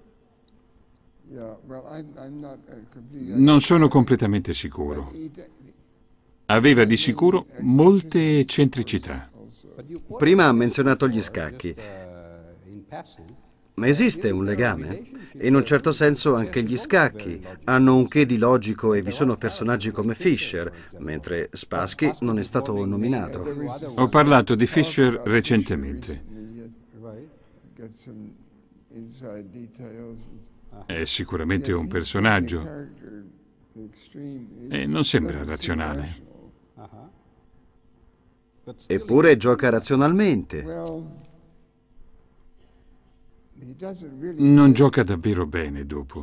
Non sono completamente sicuro. Aveva di sicuro molte eccentricità. Prima ha menzionato gli scacchi. Ma esiste un legame? In un certo senso anche gli scacchi hanno un che di logico e vi sono personaggi come Fischer, mentre Spassky non è stato nominato. Ho parlato di Fischer recentemente. È sicuramente un personaggio e non sembra razionale. Eppure gioca razionalmente. Non gioca davvero bene dopo.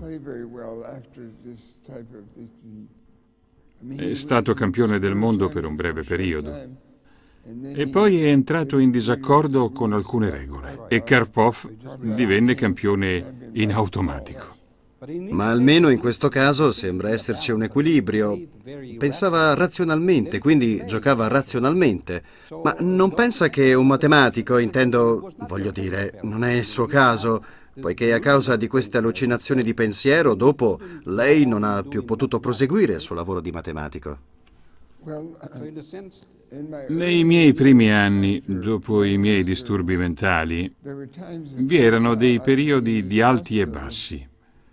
È stato campione del mondo per un breve periodo e poi è entrato in disaccordo con alcune regole e Karpov divenne campione in automatico. Ma almeno in questo caso sembra esserci un equilibrio. Pensava razionalmente, quindi giocava razionalmente. Ma non pensa che un matematico, intendo, voglio dire, non è il suo caso, poiché a causa di queste allucinazioni di pensiero, dopo lei non ha più potuto proseguire il suo lavoro di matematico. Nei miei primi anni, dopo i miei disturbi mentali, vi erano dei periodi di alti e bassi.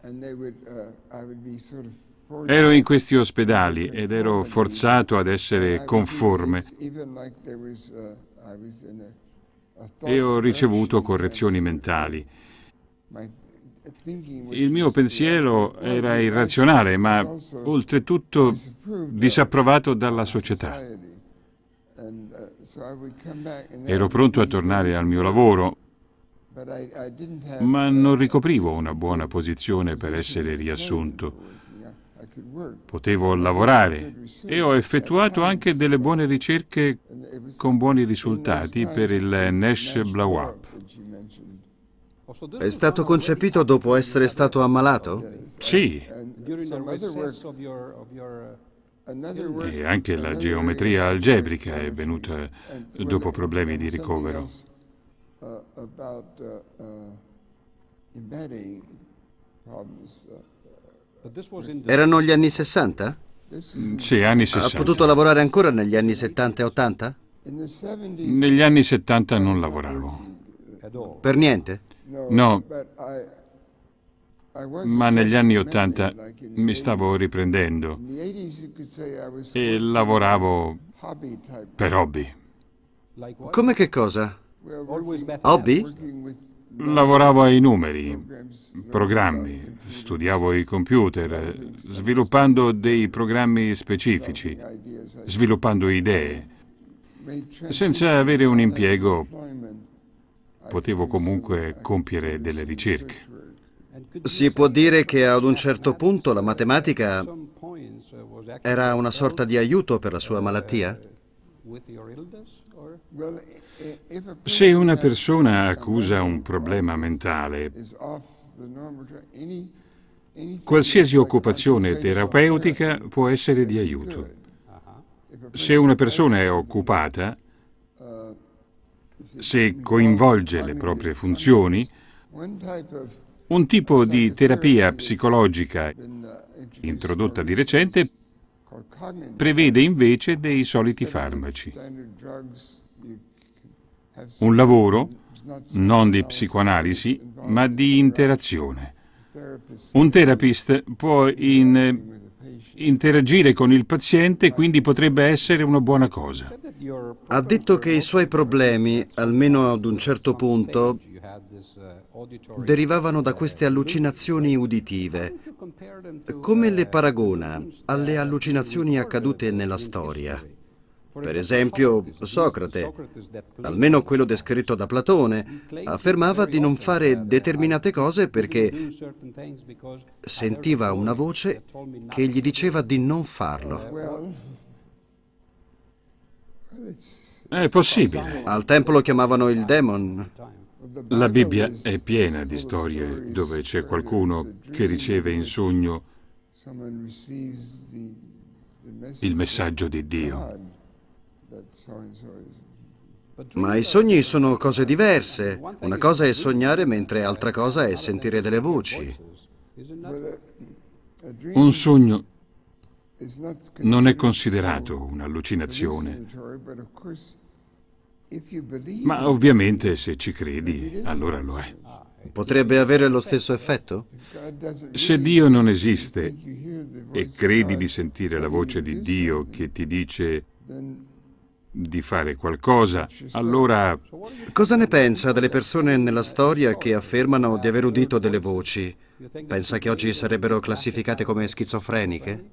Ero in questi ospedali ed ero forzato ad essere conforme e ho ricevuto correzioni mentali. Il mio pensiero era irrazionale, ma oltretutto disapprovato dalla società. Ero pronto a tornare al mio lavoro, ma non ricoprivo una buona posizione per essere riassunto. Potevo lavorare e ho effettuato anche delle buone ricerche con buoni risultati per il Nash Blow-up. È stato concepito dopo essere stato ammalato? Sì, e anche la geometria algebrica è venuta dopo problemi di ricovero. Erano gli anni 60? Sì, anni 60. Ha potuto lavorare ancora negli anni 70 e 80? Negli anni 70 non lavoravo. Per niente? No, ma negli anni 80 mi stavo riprendendo e lavoravo per hobby. Come che cosa? Hobby? Lavoravo ai numeri, programmi, studiavo i computer, sviluppando dei programmi specifici, sviluppando idee. Senza avere un impiego, potevo comunque compiere delle ricerche. Si può dire che ad un certo punto la matematica era una sorta di aiuto per la sua malattia? Se una persona accusa un problema mentale, qualsiasi occupazione terapeutica può essere di aiuto. Se una persona è occupata, se coinvolge le proprie funzioni, un tipo di terapia psicologica introdotta di recente prevede invece dei soliti farmaci. Un lavoro non di psicoanalisi, ma di interazione. Un therapist può interagire con il paziente, quindi potrebbe essere una buona cosa. Ha detto che i suoi problemi, almeno ad un certo punto, derivavano da queste allucinazioni uditive. Come le paragona alle allucinazioni accadute nella storia? Per esempio, Socrate, almeno quello descritto da Platone, affermava di non fare determinate cose perché sentiva una voce che gli diceva di non farlo. È possibile. Al tempo lo chiamavano il demon. La Bibbia è piena di storie dove c'è qualcuno che riceve in sogno il messaggio di Dio. Ma i sogni sono cose diverse. Una cosa è sognare, mentre altra cosa è sentire delle voci. Un sogno non è considerato un'allucinazione, ma ovviamente se ci credi, allora lo è. Potrebbe avere lo stesso effetto? Se Dio non esiste e credi di sentire la voce di Dio che ti dice di fare qualcosa, allora... Cosa ne pensa delle persone nella storia che affermano di aver udito delle voci? Pensa che oggi sarebbero classificate come schizofreniche?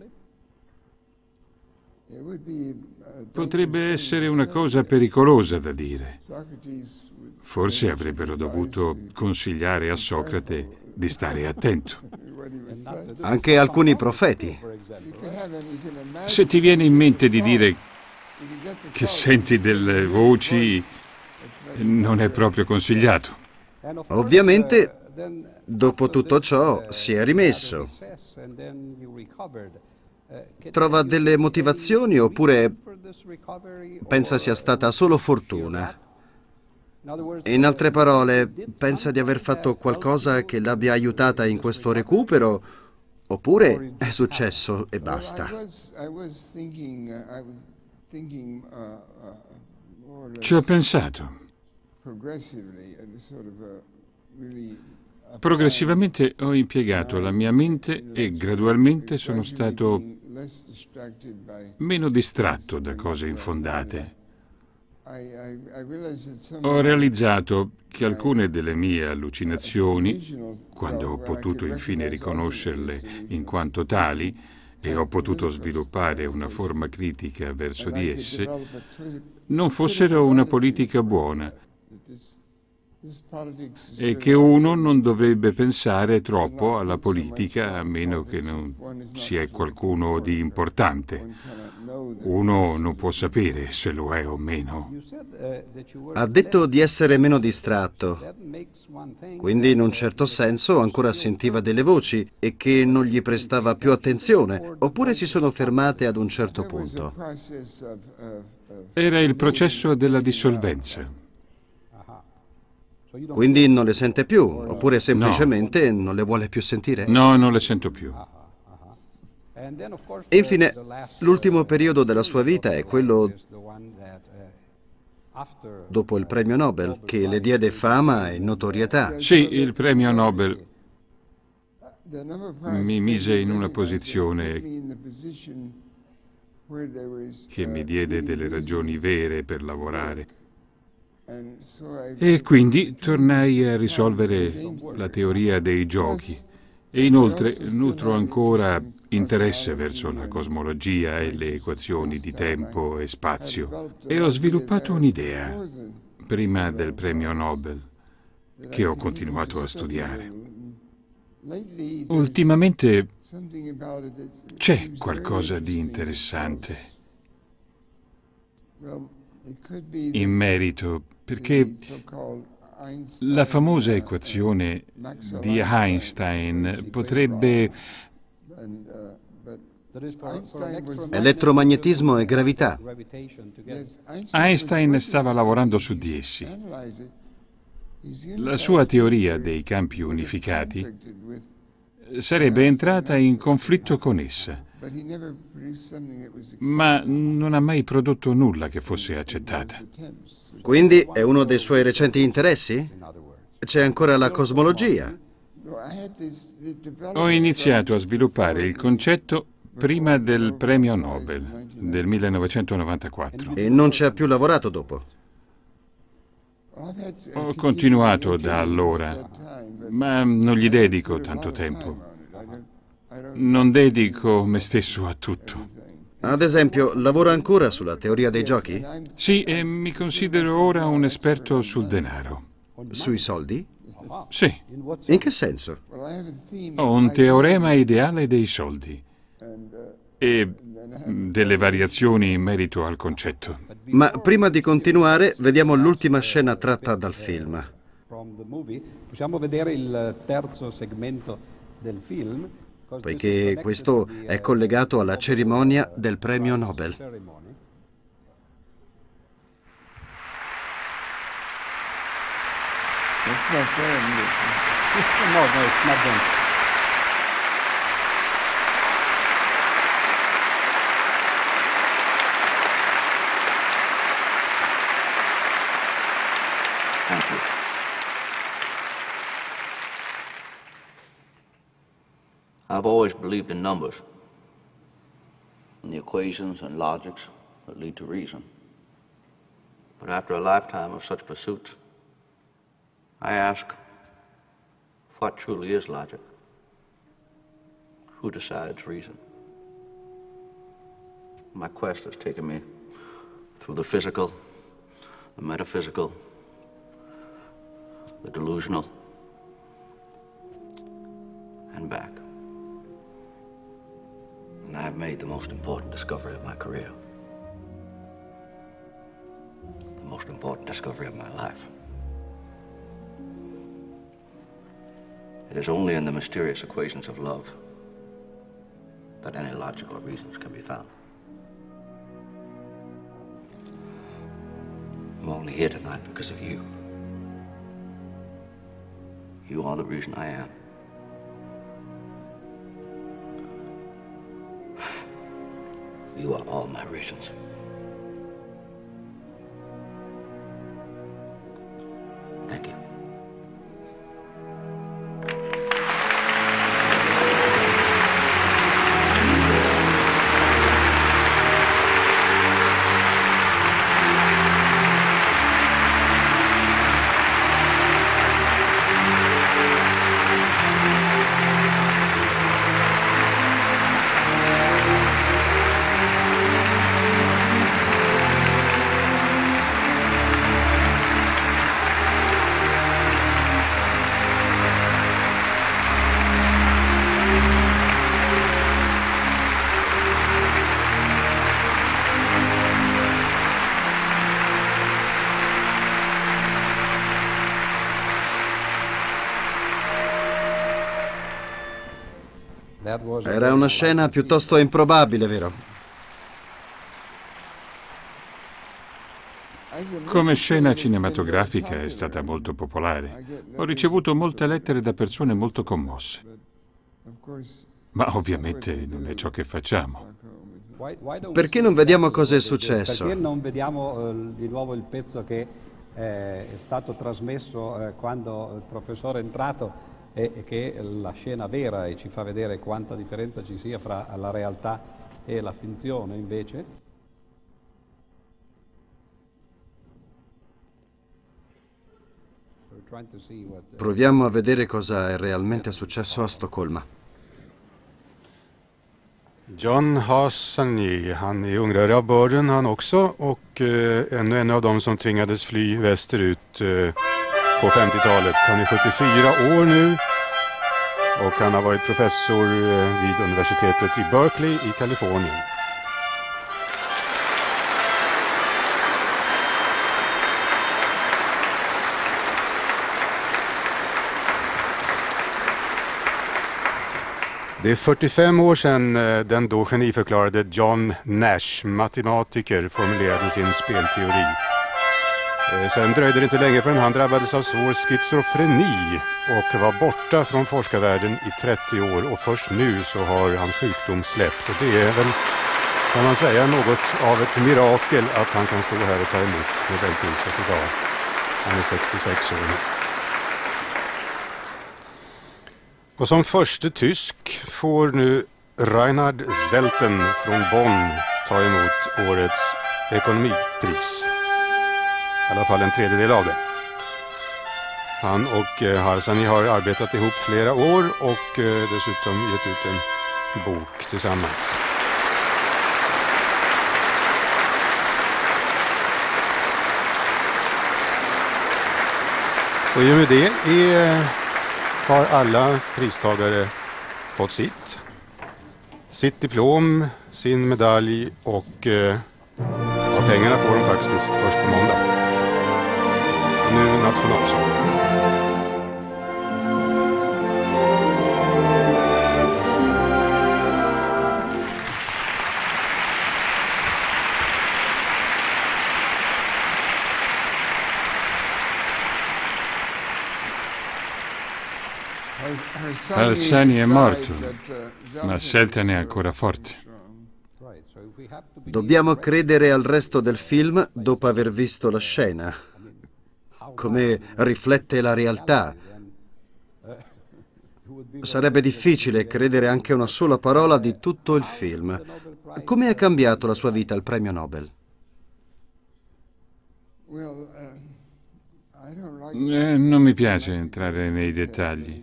Potrebbe essere una cosa pericolosa da dire. Forse avrebbero dovuto consigliare a Socrate di stare attento. Anche alcuni profeti. Se ti viene in mente di dire che senti delle voci, non è proprio consigliato. Ovviamente, dopo tutto ciò, si è rimesso. Trova delle motivazioni oppure pensa sia stata solo fortuna? In altre parole, pensa di aver fatto qualcosa che l'abbia aiutata in questo recupero oppure è successo e basta? Ci ho pensato. Progressivamente ho impiegato la mia mente e gradualmente sono stato meno distratto da cose infondate. Ho realizzato che alcune delle mie allucinazioni, quando ho potuto infine riconoscerle in quanto tali e ho potuto sviluppare una forma critica verso di esse, non fossero una politica buona e che uno non dovrebbe pensare troppo alla politica a meno che non sia qualcuno di importante. Uno non può sapere se lo è o meno. Ha detto di essere meno distratto, quindi in un certo senso ancora sentiva delle voci e che non gli prestava più attenzione, oppure si sono fermate ad un certo punto. Era il processo della dissolvenza. Quindi non le sente più, oppure semplicemente non le vuole più sentire? No, non le sento più. E infine, l'ultimo periodo della sua vita è quello dopo il premio Nobel, che le diede fama e notorietà. Sì, il premio Nobel mi mise in una posizione che mi diede delle ragioni vere per lavorare. E quindi tornai a risolvere la teoria dei giochi e inoltre nutro ancora interesse verso la cosmologia e le equazioni di tempo e spazio e ho sviluppato un'idea prima del premio Nobel che ho continuato a studiare. Ultimamente c'è qualcosa di interessante in merito, perché la famosa equazione di Einstein potrebbe... Elettromagnetismo e gravità. Einstein stava lavorando su di essi. La sua teoria dei campi unificati sarebbe entrata in conflitto con essa, ma non ha mai prodotto nulla che fosse accettata. Quindi è uno dei suoi recenti interessi? C'è ancora la cosmologia. Ho iniziato a sviluppare il concetto prima del premio Nobel del 1994. E non ci ha più lavorato dopo? Ho continuato da allora, ma non gli dedico tanto tempo. Non dedico me stesso a tutto. Ad esempio, lavora ancora sulla teoria dei giochi? Sì, e mi considero ora un esperto sul denaro. Sui soldi? Sì, In che senso? ho un teorema ideale dei soldi e delle variazioni in merito al concetto. Ma prima di continuare, vediamo l'ultima scena tratta dal film. Possiamo vedere il terzo segmento del film poiché questo è collegato alla cerimonia del premio Nobel. That's not them. No, it's not them. Thank you. I've always believed in numbers, in the equations and logics that lead to reason. But after a lifetime of such pursuits, I ask, what truly is logic? Who decides reason? My quest has taken me through the physical, the metaphysical, the delusional, and back. And I have made the most important discovery of my career. The most important discovery of my life. It is only in the mysterious equations of love that any logical reasons can be found. I'm only here tonight because of you. You are the reason I am. You are all my reasons. Thank you. Era una scena piuttosto improbabile, vero? Come scena cinematografica è stata molto popolare. Ho ricevuto molte lettere da persone molto commosse. Ma ovviamente non è ciò che facciamo. Perché non vediamo cosa è successo? Perché non vediamo di nuovo il pezzo che è stato trasmesso quando il professore è entrato e che è la scena vera e ci fa vedere quanta differenza ci sia fra la realtà e la finzione invece? Proviamo a vedere cosa è realmente successo a Stoccolma. John Hassani, han är ungrare av börden han också och ännu en av dem som tvingades fly västerut på 50-talet. Han är 74 år nu och han har varit professor vid universitetet i Berkeley i Kalifornien. Det är 45 år sedan den då geniförklarade John Nash, matematiker, formulerade sin spelteori. Sen dröjde det inte länge förrän han drabbades av svår schizofreni och var borta från forskarvärlden i 30 år och först nu så har hans sjukdom släppt. Och det är väl, kan man säga, något av ett mirakel att han kan stå här och ta emot Nobelpriset idag. Han är 66 år nu. Och som förste tysk får nu Reinhard Zelten från Bonn ta emot årets ekonomipris. I alla fall en tredjedel av det. Han och Harsani har arbetat ihop flera år och dessutom gett ut en bok tillsammans. Och i och med det har alla pristagare fått sitt diplom, sin medalj och pengarna får de faktiskt först på måndag. Och nu nationalsången. Harsanyi è morto, ma Selten è ancora forte. Dobbiamo credere al resto del film dopo aver visto la scena. Come riflette la realtà. Sarebbe difficile credere anche a una sola parola di tutto il film. Come ha cambiato la sua vita il premio Nobel? Non mi piace entrare nei dettagli.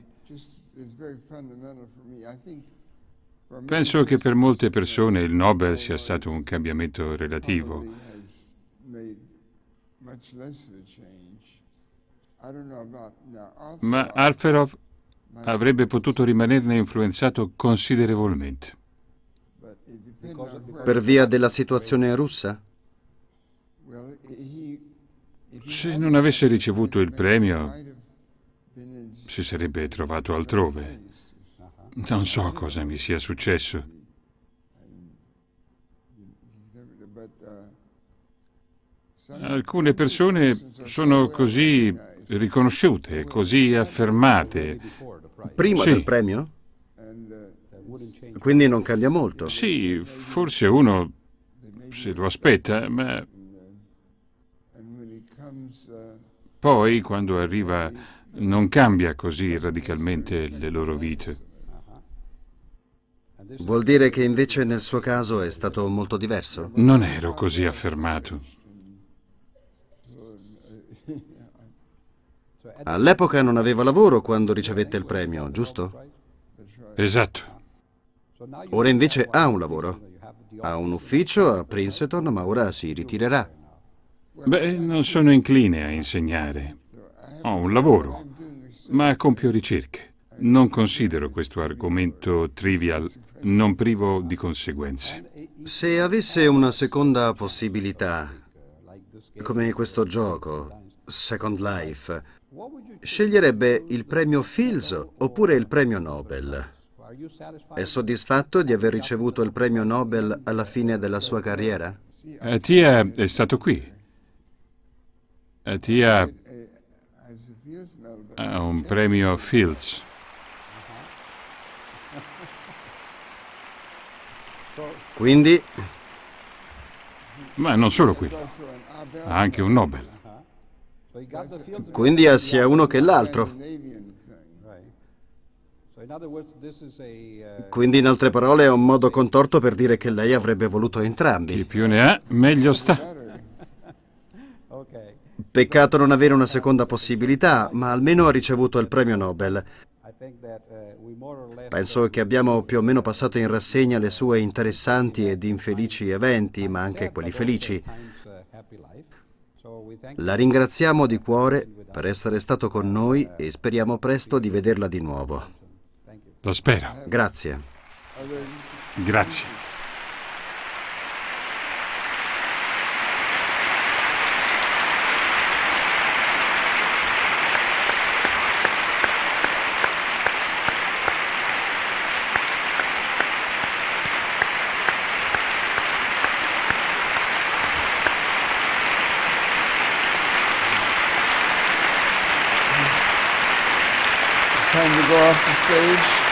Penso che per molte persone il Nobel sia stato un cambiamento relativo. Ma Alferov avrebbe potuto rimanerne influenzato considerevolmente. Per via della situazione russa? Se non avesse ricevuto il premio, si sarebbe trovato altrove. Non so cosa mi sia successo. Alcune persone sono così riconosciute, così affermate. Prima del premio? Quindi non cambia molto. Sì, forse uno se lo aspetta, ma poi quando arriva non cambia così radicalmente le loro vite. Vuol dire che invece nel suo caso è stato molto diverso? Non ero così affermato. All'epoca non aveva lavoro quando ricevette il premio, giusto? Esatto. Ora invece ha un lavoro. Ha un ufficio a Princeton, ma ora si ritirerà. Beh, non sono incline a insegnare. Ho un lavoro, ma compio ricerche. Non considero questo argomento trivial, non privo di conseguenze. Se avesse una seconda possibilità, come questo gioco, Second Life, sceglierebbe il premio Fields oppure il premio Nobel? È soddisfatto di aver ricevuto il premio Nobel alla fine della sua carriera? Attia è stato qui. Attia ha un premio Fields. Quindi? Ma non solo quello, ha anche un Nobel. Quindi ha sia uno che l'altro. Quindi, in altre parole, è un modo contorto per dire che lei avrebbe voluto entrambi. Chi più ne ha, meglio sta. Peccato non avere una seconda possibilità, ma almeno ha ricevuto il premio Nobel. Penso che abbiamo più o meno passato in rassegna le sue interessanti ed infelici eventi, ma anche quelli felici. La ringraziamo di cuore per essere stato con noi e speriamo presto di vederla di nuovo. Lo spero. Grazie. Grazie. Time to go off the stage.